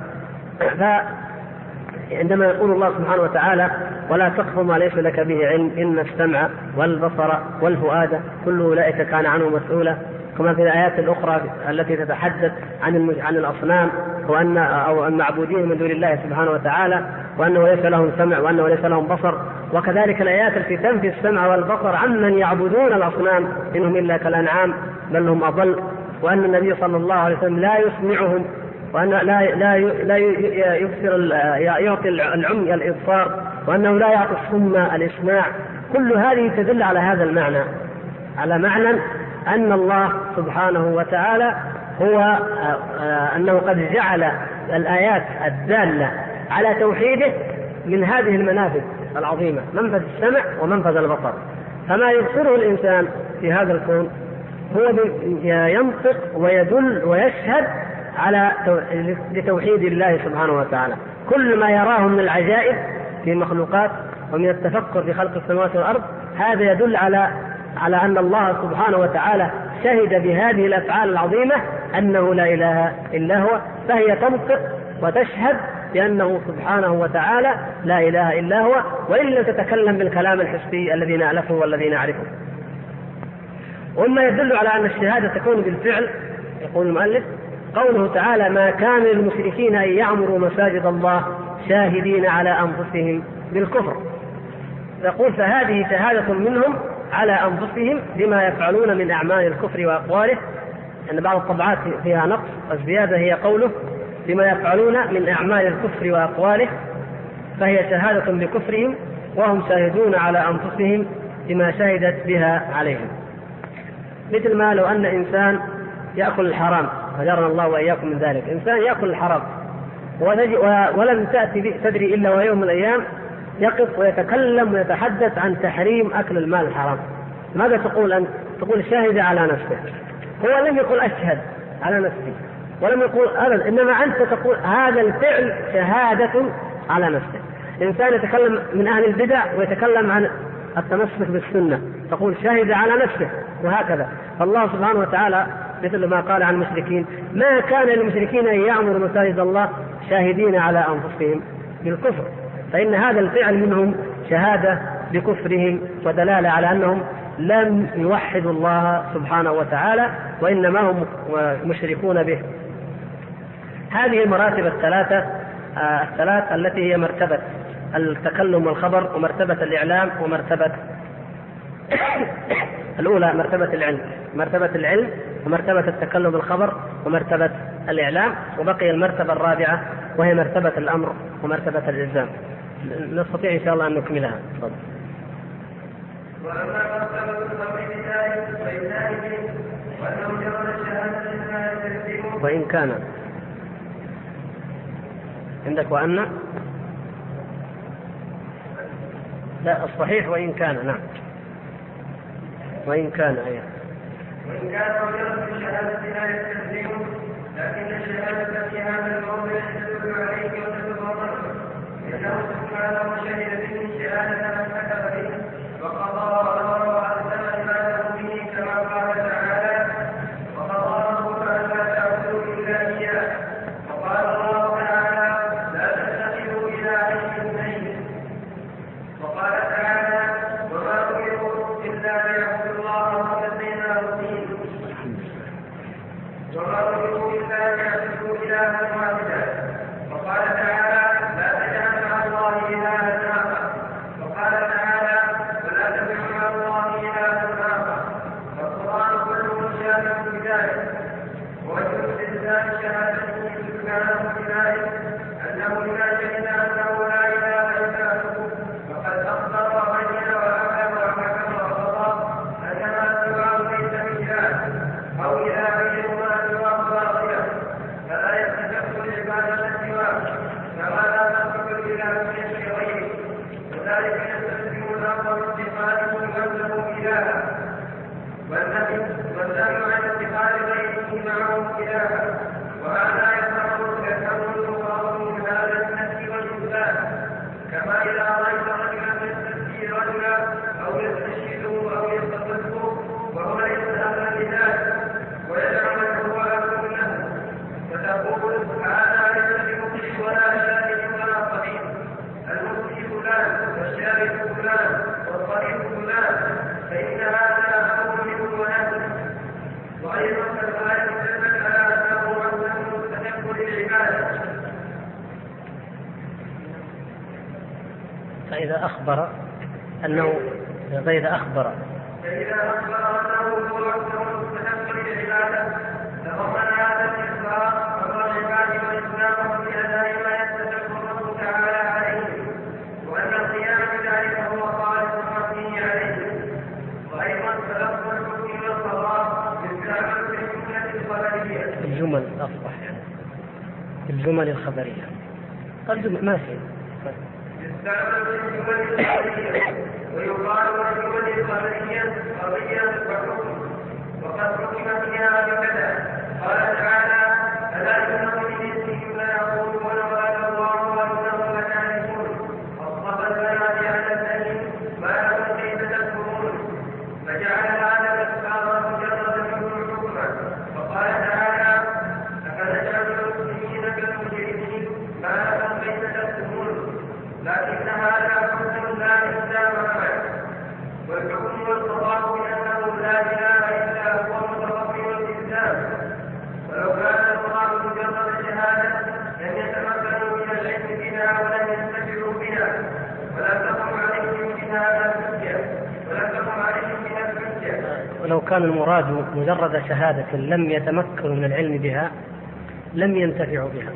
فعندما يقول الله سبحانه وتعالى: ولا تقف ما ليس لك به علم إن السمع والبصر والفؤاد كل أولئك كان عنه مسؤولا، كما في الآيات الأخرى التي تتحدث عن عن الأصنام وأن أو المعبودين من دون الله سبحانه وتعالى، وأنه ليس لهم سمع وأنه ليس لهم بصر. وكذلك الآيات التي تنفي السمع والبصر عمن يعبدون الأصنام إنهم إلا كالأنعام بل هم أضل، وأن النبي صلى الله عليه وسلم لا يسمعهم، وأن لا لا لا يبصر يعطي العمي الإبصار، وأنه لا يعطي الصم الإسماع. كل هذه تدل على هذا المعنى، على معنى أن الله سبحانه وتعالى هو أنه قد جعل الآيات الدالة على توحيده من هذه المنافذ العظيمة، منفذ السمع ومنفذ البصر. فما يبصره الإنسان في هذا الكون هو ينطق ويدل ويشهد على لتوحيد الله سبحانه وتعالى. كل ما يراه من العجائب في المخلوقات ومن التفكر في خلق السماوات والأرض هذا يدل على على أن الله سبحانه وتعالى شهد بهذه الأفعال العظيمة أنه لا إله إلا هو، فهي تنطق وتشهد بأنه سبحانه وتعالى لا إله إلا هو، وإلا تتكلم بالكلام الحسي الذي نألفه والذي نعرفه. وما يدل على أن الشهادة تكون بالفعل، يقول المؤلف: قوله تعالى: ما كان للمشركين أن يعمروا مساجد الله شاهدين على أنفسهم بالكفر. يقول فهذه شهادة منهم على أنفسهم بما يفعلون من أعمال الكفر وأقواله، أن بعض الطبعات فيها نقص، والزيادة هي قوله بما يفعلون من أعمال الكفر وأقواله، فهي شهادة بكفرهم وهم شاهدون على أنفسهم بما شهدت بها عليهم. مثل ما لو أن إنسان يأكل الحرام، فجرنا الله وإياكم من ذلك، إنسان يأكل الحرام ولم تأتي تدري إلا ويوم من الأيام يقف ويتكلم ويتحدث عن تحريم أكل المال الحرام، ماذا تقول أنت؟ تقول شاهد على نفسه. هو لم يقل أشهد على نفسي ولم يقول أبدا، إنما أنت تقول هذا الفعل شهادة على نفسه. إنسان يتكلم من أهل البدع ويتكلم عن التمسك بالسنة تقول شاهد على نفسه، وهكذا. فالله سبحانه وتعالى مثل ما قال عن المشركين: ما كان للمشركين أن يعمروا مساجد الله شاهدين على أنفسهم بالكفر. فإن هذا الفعل منهم شهادة بكفرهم ودلالة على أنهم لم يوحدوا الله سبحانه وتعالى، وإنما هم مشركون به. هذه المراتب الثلاثة آه الثلاث التي هي مرتبة التكلم والخبر، ومرتبة الإعلام، ومرتبة الأولى مرتبة العلم مرتبة العلم ومرتبة التكلم بالخبر ومرتبة الإعلام، وبقي المرتبة الرابعة وهي مرتبة الأمر ومرتبة الإلزام. نستطيع إن شاء الله أن نكملها. تفضل. وأما مرتبة الأمر بالله فإنه وأنه جرى الشهادة لما يستلزمه وإن كان عندك وأن لا الصحيح وإن كان نعم وإن كان أيه وإن كان مجرد الشهادة لا يستلزمه، لكن الشهادة في هذا الموضع تدل عليه وتتفاضل، إنه سبحانه شهد به شهادة من كتب به وقضى وأمر سبحانه بذلك أنه إذا شهد أنه لا إله إلا هو فقد أخبر وبين وأعلم وحكم وقضى أنها سواه ليس بإله أو إله غيرهما سواه باطلا فلا يستحق العبادة سواه كما لا تصح الإله من غيره وذلك يستلزم الأمر اتخاذه وحده إلها والنهي عن اتخاذ غيره معه إلها وهذا يفهم يفهم المراد من هذا النهي والإثبات كما إذا رأيت رجلا يستفتي رجلا أو يستشهده أو يستطلبه وهو ليس أهلا لذلك ويدعو من هو أهل له فتقول هذا ليس بمخرج ولا شاهد ولا طبيب المفتي فلان والشاهد فلان والطبيب فلان فإن هذا أمر منه وناسب وأيضا فالآية تدل على أنه عن مستحق للعبادة. فإذا أخبر أنه فإذا أخبر فإذا أخبر أنه هو مستحق للعبادة تضمن هذا الإخبار أمر العباد والإسلام بأداء ما يستحق الله تعالى عليه وأن القيام بذلك هو خالص حقه عليه. وأيضا تلقى الحكم والقضاء بالكلام في الجملة الخبرية الجمل أصبح يعني الجمل الخبرية الجمل ما في يستعمل في الجمل الخبرية ويقال الجمل الخبرية قضية وحكم وقد حكم فيها بكذا قال تعالى ألا إنهم بإذنهم لا يقولون ولا الله وإنهم لكاذبون أصطفى البنات على البنين ما لكم كيف تكفرون فجعل هذا الإخبار مجرد منه حكما وقال تعالى أفنجعل المسلمين كالمجرمين ما لكم كيف تكفرون لكن هذا حكم لا إسلام معه والحكم والقضاء بأنه لا إله إلا هو متضمن الإسلام ولو كان المراد مجرد شهادة لم يتمكنوا من العلم بها ولم ينتفعوا بها ولم تقم عليهم بها الحجة ولم تقم عليهم بها الحجة. ولو كان المراد مجرد شهادة لم يتمكنوا من العلم بها لم ينتفعوا بها.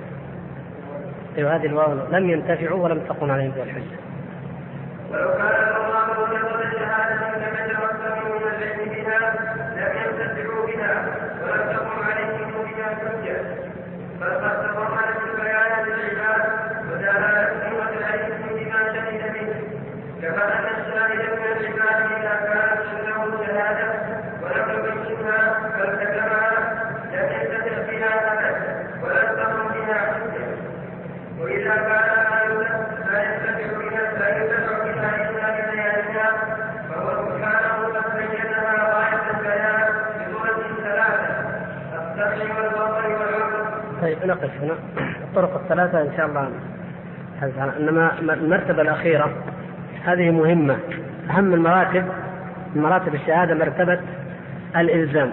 هذه الواو لم ينتفعوا ولم تقم عليهم بها الحجة. ولو كان المراد مجرد شهادة لم يتمكنوا من العلم بها لم ينتفعوا بها ولم تقم عليهم بها الحجة فقد تضمنت البيان للعباد ودلالته وتعريفه بما شهد به كما أن الشاهد من العباد إذا كانت عنده شهادة ولم يبينها فالتزمها لم ينتفع بها أبدا ولم تقم بها حجة وإذا كان لا ينتفع بها لا ينتفع بها إلا ببيانها فهو سبحانه قد بينها غاية البيان بصورة ثلاثة السمع والبصر والعقل. طيب نقف هنا الطرق الثلاثة إن شاء الله. إنما المرتبة الأخيرة هذه مهمة أهم المراتب مراتب الشهادة مرتبة الإلزام.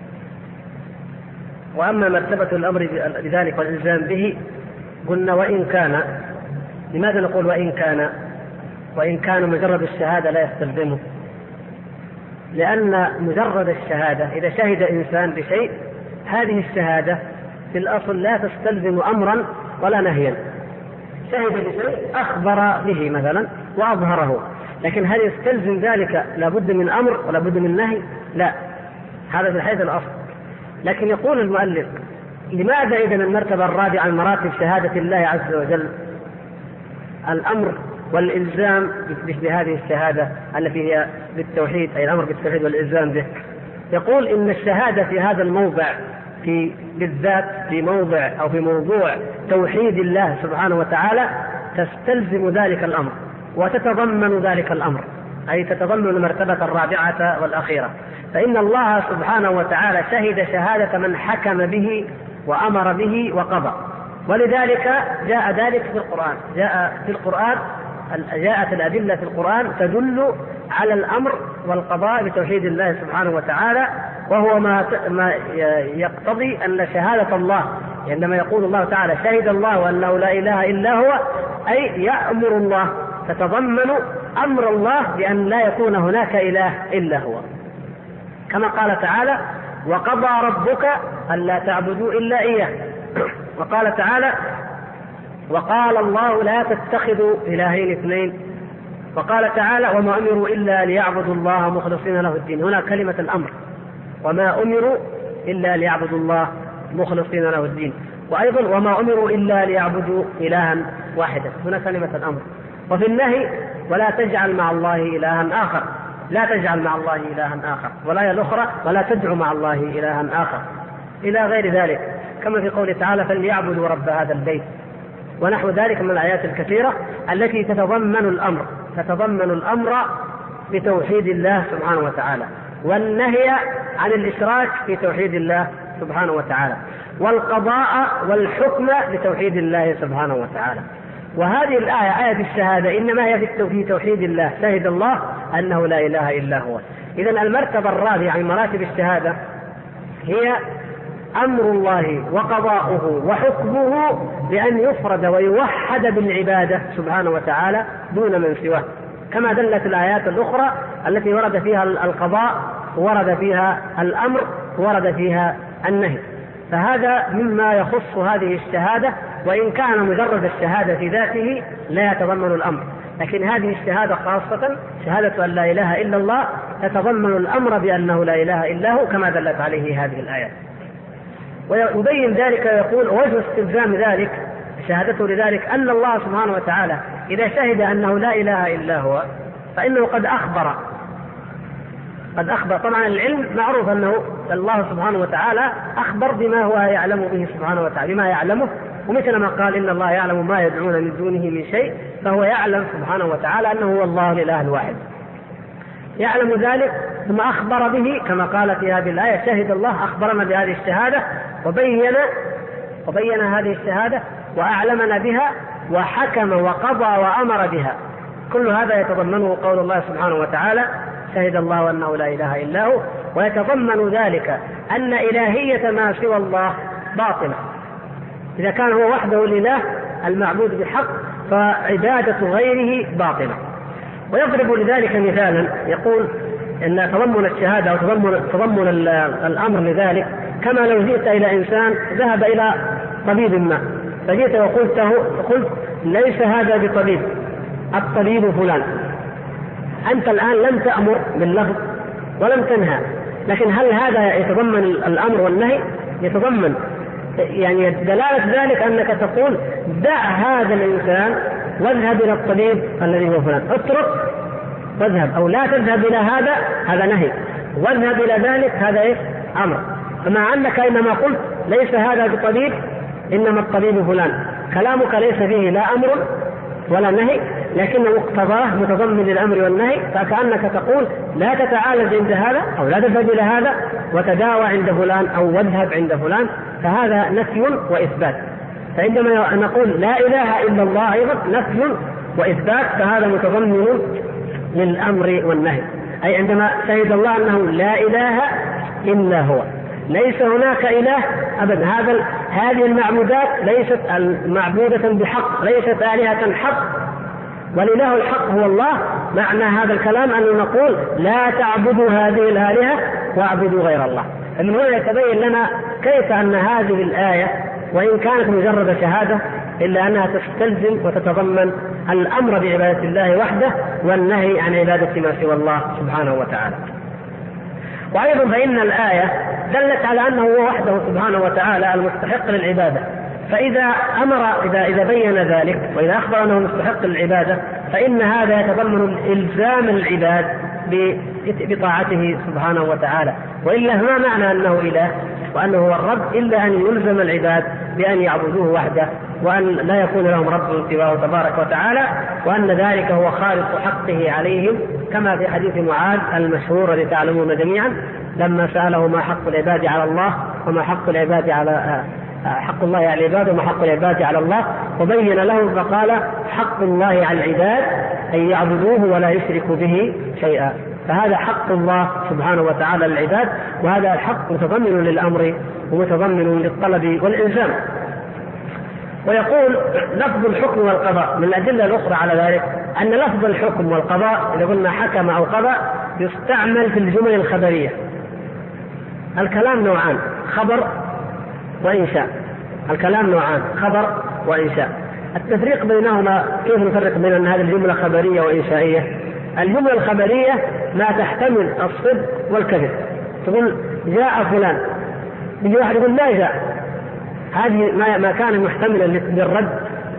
وأما مرتبة الأمر بذلك والإلزام به قلنا وإن كان. لماذا نقول وإن كان؟ وإن كان مجرد الشهادة لا يستلزمه، لأن مجرد الشهادة إذا شهد إنسان بشيء هذه الشهادة في الأصل لا تستلزم أمرا ولا نهيا. شهد بشيء أخبر به مثلا وأظهره، لكن هل يستلزم ذلك لابد من أمر ولا بد من نهي؟ لا، هذا في حيث الأصل. لكن يقول المؤلف لماذا إذن المرتبة الرابعة عن مراتب شهادة الله عز وجل الأمر والإلزام بهذه الشهادة التي هي بالتوحيد، أي الأمر بالتوحيد والإلزام به؟ يقول إن الشهادة في هذا الموضع في بالذات في موضع أو في موضوع توحيد الله سبحانه وتعالى تستلزم ذلك الأمر وتتضمن ذلك الأمر، أي تتضمن المرتبة الرابعة والأخيرة. فإن الله سبحانه وتعالى شهد شهادة من حكم به وأمر به وقضى، ولذلك جاء ذلك في القرآن. جاء في القرآن جاءت الأدلة في القرآن تدل على الأمر والقضاء بتوحيد الله سبحانه وتعالى، وهو ما ما يقتضي أن شهادة الله عندما يقول الله تعالى شهد الله أنه لا إله إلا هو، أي يأمر الله، تتضمن أمر الله بأن لا يكون هناك إله إلا هو، كما قال تعالى وقضى ربك ألا تعبدوا إلا إياه وقال تعالى: وقال الله لا تتخذوا إلهين اثنين. وقال تعالى: وما أمروا إلا ليعبدوا الله مخلصين له الدين. هنا كلمة الأمر، وما أمروا إلا ليعبدوا الله مخلصين له الدين. وأيضا وما أمروا إلا ليعبدوا إلها واحدا، هنا كلمة الأمر. وفي النهي: ولا تجعل مع الله إلها آخر، لا تجعل مع الله إلها آخر. والآية الأخرى: ولا تدعو مع الله إلها آخر، إلى غير ذلك، كما في قوله تعالى: فليعبدوا رب هذا البيت. ونحو ذلك من الآيات الكثيرة التي تتضمن الأمر تتضمن الأمر بتوحيد الله سبحانه وتعالى، والنهي عن الإشراك في توحيد الله سبحانه وتعالى، والقضاء والحكم بتوحيد الله سبحانه وتعالى. وهذه الآية، آية الشهادة، إنما هي في توحيد الله، شهد الله أنه لا إله إلا هو. إذن المرتبة الرابعة من مراتب الشهادة هي أمر الله وقضاؤه وحكمه بأن يفرد ويوحد بالعبادة سبحانه وتعالى دون من سواه، كما دلت الآيات الأخرى التي ورد فيها القضاء، ورد فيها الأمر، ورد فيها النهي. فهذا مما يخص هذه الشهادة، وإن كان مجرد الشهادة في ذاته لا يتضمن الأمر، لكن هذه الشهادة خاصة شهادة أن لا إله إلا الله تتضمن الأمر بأنه لا إله إلا هو، كما دلت عليه هذه الآيات. ويبين ذلك ويقول: وجه استلزام ذلك شهادته لذلك أن الله سبحانه وتعالى إذا شهد أنه لا إله إلا هو فإنه قد أخبر قد أخبر طبعا العلم معروف أنه الله سبحانه وتعالى أخبر بما هو يعلم به سبحانه وتعالى، بما يعلمه. ومثل ما قال: إن الله يعلم ما يدعون من دونه من شيء، فهو يعلم سبحانه وتعالى أنه هو الله الإله الواحد، يعلم ذلك، ثم أخبر به كما قال في هذه الآية: شهد الله، أخبرنا بهذه الشهادة وبين وبين هذه الشهادة وأعلمنا بها وحكم وقضى وأمر بها. كل هذا يتضمنه قول الله سبحانه وتعالى: شهد الله أنه لا إله إلا هو. ويتضمن ذلك أن إلهية ما سوى الله باطلة، إذا كان هو وحده الإله المعبود بحق فعبادة غيره باطلة. ويضرب لذلك مثالا، يقول إن تضمن الشهادة وتضمن تضمن الأمر لذلك كما لو جئت إلى إنسان ذهب إلى طبيب ما، فجئت وقلته قلت: ليس هذا بطبيب، الطبيب فلان. أنت الآن لم تأمر باللفظ ولم تنهى، لكن هل هذا يتضمن الأمر والنهي؟ يتضمن، يعني دلالة ذلك أنك تقول: دع هذا الإنسان واذهب إلى الطبيب الذي هو فلان، اترك واذهب، أو لا تذهب إلى هذا، هذا نهي، واذهب إلى ذلك، هذا إيه؟ أمر. فمع أنك إنما قلت ليس هذا بطبيب إنما الطبيب فلان، كلامك ليس فيه لا أمر ولا نهي، لكن مقتضاه متضمن للأمر والنهي، فكأنك تقول: لا تتعالج عند هذا، أو لا تذهب إلى هذا، وتداوى عند فلان، أو واذهب عند فلان. فهذا نفي وإثبات. فعندما نقول لا إله إلا الله أيضا نفي وإثبات، فهذا متضمن للأمر والنهي. أي عندما شهد الله أنه لا إله إلا هو، ليس هناك إله أبدا، هذا هذه المعبودات ليست المعبودة بحق، ليست آلهة حق، والإله الحق هو الله. معنى هذا الكلام أن نقول: لا تعبدوا هذه الآلهة واعبدوا غير الله. من هنا يتبين لنا كيف أن هذه الآية وإن كانت مجرد شهادة إلا أنها تستلزم وتتضمن الأمر بعبادة الله وحده والنهي عن عبادة ما سوى الله سبحانه وتعالى. وأيضا فإن الآية دلت على أنه هو وحده سبحانه وتعالى المستحق للعبادة، فإذا أمر إذا إذا بين ذلك وإذا أخبر أنه مستحق للعبادة فإن هذا يتضمن إلزام العباد بطاعته سبحانه وتعالى. وإلا ما معنى أنه إله وأنه هو الرب إلا أن يلزم العباد بأن يعبدوه وحده، وأن لا يكون لهم رب سواه تبارك وتعالى، وأن ذلك هو خالص حقه عليهم، كما في حديث معاذ المشهور الذي تعلمون جميعا لما سأله: ما حق العباد على الله وما حق العباد على حق الله على العباد وما حق العباد على الله، وبين له فقال: حق الله على العباد أن يعبدوه ولا يشركوا به شيئا. فهذا حق الله سبحانه وتعالى للعباد، وهذا الحق متضمن للأمر ومتضمن للطلب والإلزام. ويقول: لفظ الحكم والقضاء من الأدلة الأخرى على ذلك أن لفظ الحكم والقضاء إذا قلنا حكم أو قضى يستعمل في الجمل الخبرية. الكلام نوعان: خبر وإنشاء. الكلام نوعان، خبر وإنشاء. التفريق بينهما كيف نفرق بين أن هذه الجملة خبرية وإنشائية؟ الجملة الخبرية ما تحتمل الصدق والكذب، تقول جاء فلان، يجي واحد يقول لا جاء، هذه ما كان محتملا للرد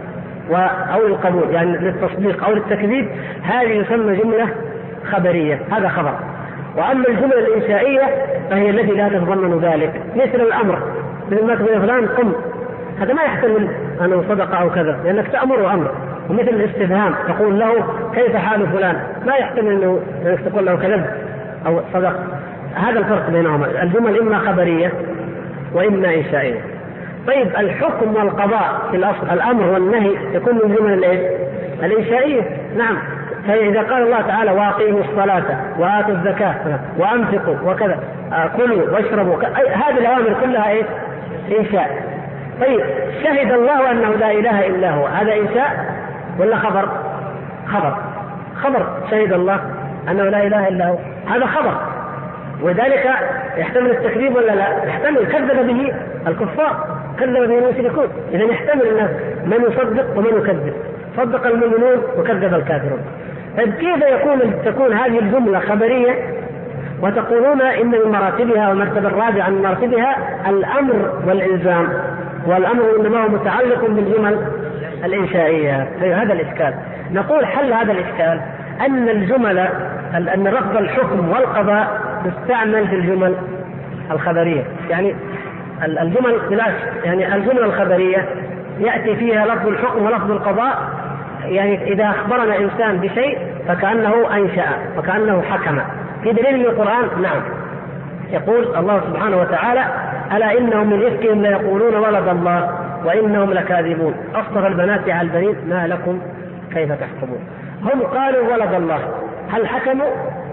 أو القبول، يعني للتصديق أو للتكذيب، هذه يسمى جملة خبرية، هذا خبر. وأما الجملة الإنشائية فهي التي لا تتضمن ذلك، مثل الأمر، مثل ما تقول فلان قم، هذا ما يحتمل أنه صدق أو كذا، لأنك تأمره أمر. ومثل الاستفهام، تقول له كيف حال فلان، ما يحتمل أنه تقول له كذب أو صدق. هذا الفرق بينهما، الجمل إما خبرية وإما إنشائية. طيب الحكم والقضاء في الأصل الأمر والنهي يكون من جمل الإنشائية. نعم، فإذا قال الله تعالى واقيموا الصلاة وآتوا الزكاة وأنفقوا وكذا، كلوا واشربوا، هذه الأوامر كلها إيه؟ إنشاء. طيب شهد الله أنه لا إله إلا هو، هذا إنشاء ولا خبر؟ خبر. خبر شهد الله أنه لا إله إلا هو، هذا خبر، وذلك يحتمل التكذيب ولا لا؟ يحتمل، كذب به الكفار، كذب به المشركون، إذا يحتمل الناس من يصدق ومن يكذب، صدق المؤمنون وكذب الكافرون. طيب كيف يكون تكون هذه الجملة خبرية وتقولون إن من مراتبها والمرتبة الرابعة من مراتبها الأمر والإلزام، والأمر إنما هو متعلق بالجمل الإنشائية؟ هذا الإشكال. نقول حل هذا الإشكال أن الجمل أن رفض الحكم والقضاء تستعمل في الجمل الخبرية، يعني الجمل بلاش، يعني الجمل الخبرية يأتي فيها لفظ الحكم ولفظ القضاء، يعني إذا أخبرنا إنسان بشيء فكأنه أنشأ وكأنه حكم. في دليل من القرآن، نعم، يقول الله سبحانه وتعالى ألا إنهم من إفكهم ليقولون ولد الله وإنهم لكاذبون أصطفى البنات على البنين ما لكم كيف تحكمون. هم قالوا ولد الله، هل حكموا؟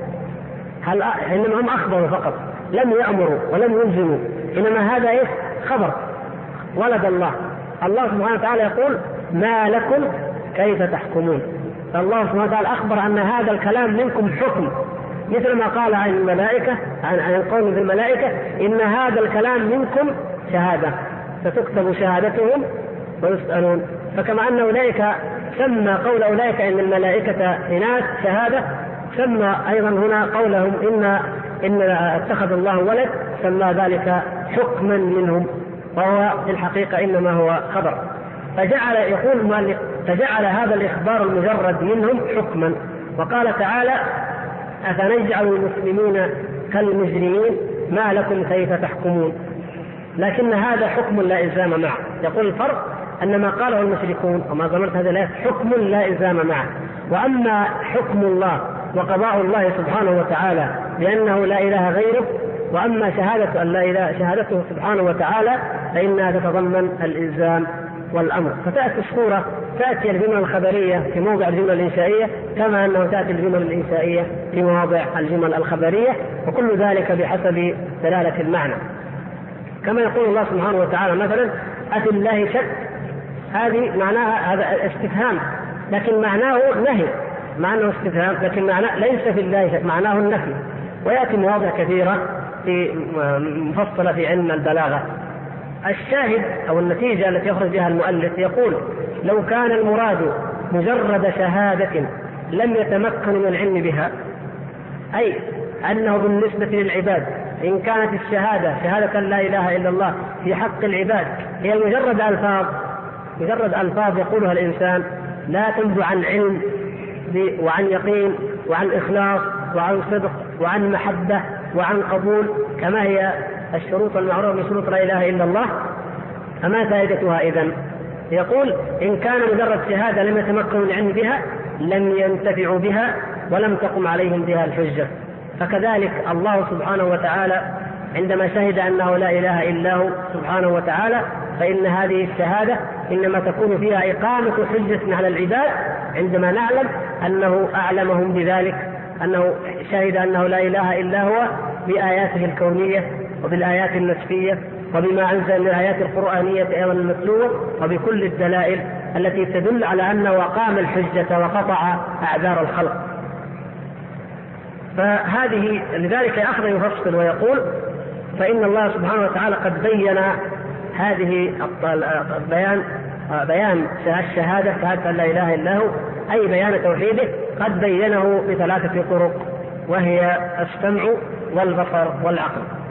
هل إنما هم أخبروا فقط، لم يأمروا ولم يلزموا، إنما هذا إيه؟ خبر، ولد الله. الله سبحانه وتعالى يقول ما لكم كيف تحكمون، الله سبحانه وتعالى أخبر أن هذا الكلام منكم حكم، مثل ما قال عن الملائكة، عن عن القول في الملائكة إن هذا الكلام منكم شهادة، ستكتب شهادتهم ويسألون. فكما أن أولئك سمى قول أولئك إن الملائكة إناث شهادة، سمى أيضا هنا قولهم إن إن اتخذ الله ولد، سمى ذلك حكما منهم، وهو في الحقيقة إنما هو خبر. فجعل يقول المؤلف فجعل هذا الإخبار المجرد منهم حكما. وقال تعالى أفنجعل المسلمين كالمجرمين ما لكم كيف تحكمون، لكن هذا حكم لا إلزام معه. يقول الفرق أن ما قاله المشركون وما ضمنت هذه الآية حكم لا إلزام معه، وأما حكم الله وقضاء الله سبحانه وتعالى بأنه لا إله غيره، وأما شهادة أن لا إله شهادته سبحانه وتعالى فإنها تتضمن الإلزام والأمر. فتأتي الصورة، تأتي الجمل الخبرية في موضع الجمل الإنشائية كما أنه تأتي الجمل الإنشائية في مواضع الجمل الخبرية، وكل ذلك بحسب دلالة المعنى. كما يقول الله سبحانه وتعالى مثلا أفي الله شك، هذه معناها هذا استفهام، لكن معناه نهي، معناه استفهام لكن معناه ليس في الله شك، معناه النفي. ويأتي مواضع كثيرة في مفصلة في علم البلاغة. الشاهد أو النتيجة التي يخرج بها المؤلف يقول لو كان المراد مجرد شهادة لم يتمكن من العلم بها، أي أنه بالنسبة للعباد إن كانت الشهادة شهادة لا إله إلا الله في حق العباد هي مجرد ألفاظ، مجرد ألفاظ يقولها الإنسان لا تنبع عن علم وعن يقين وعن إخلاص وعن صدق وعن محبة وعن قبول كما هي الشروط المعروفة من شروط لا إله إلا الله، فما فائدتها إذن؟ يقول إن كان مجرد شهادة لم يتمكنوا من العلم بها لم ينتفعوا بها ولم تقم عليهم بها الحجة. فكذلك الله سبحانه وتعالى عندما شهد أنه لا إله إلا هو سبحانه وتعالى فإن هذه الشهادة إنما تكون فيها إقامة حجة على العباد، عندما نعلم أنه أعلمهم بذلك، أنه شهد أنه لا إله إلا هو بآياته الكونية وبالآيات النسبية وبما أنزل من الآيات القرآنية أيضا المتلوة وبكل الدلائل التي تدل على أنه أقام الحجة وقطع أعذار الخلق. فهذه لذلك أخذ يفصل ويقول فإن الله سبحانه وتعالى قد بين هذه البيان بيان الشهادة شهادة لا إله إلا هو، أي بيان توحيده قد بينه بثلاثة طرق، وهي السمع والبصر والعقل.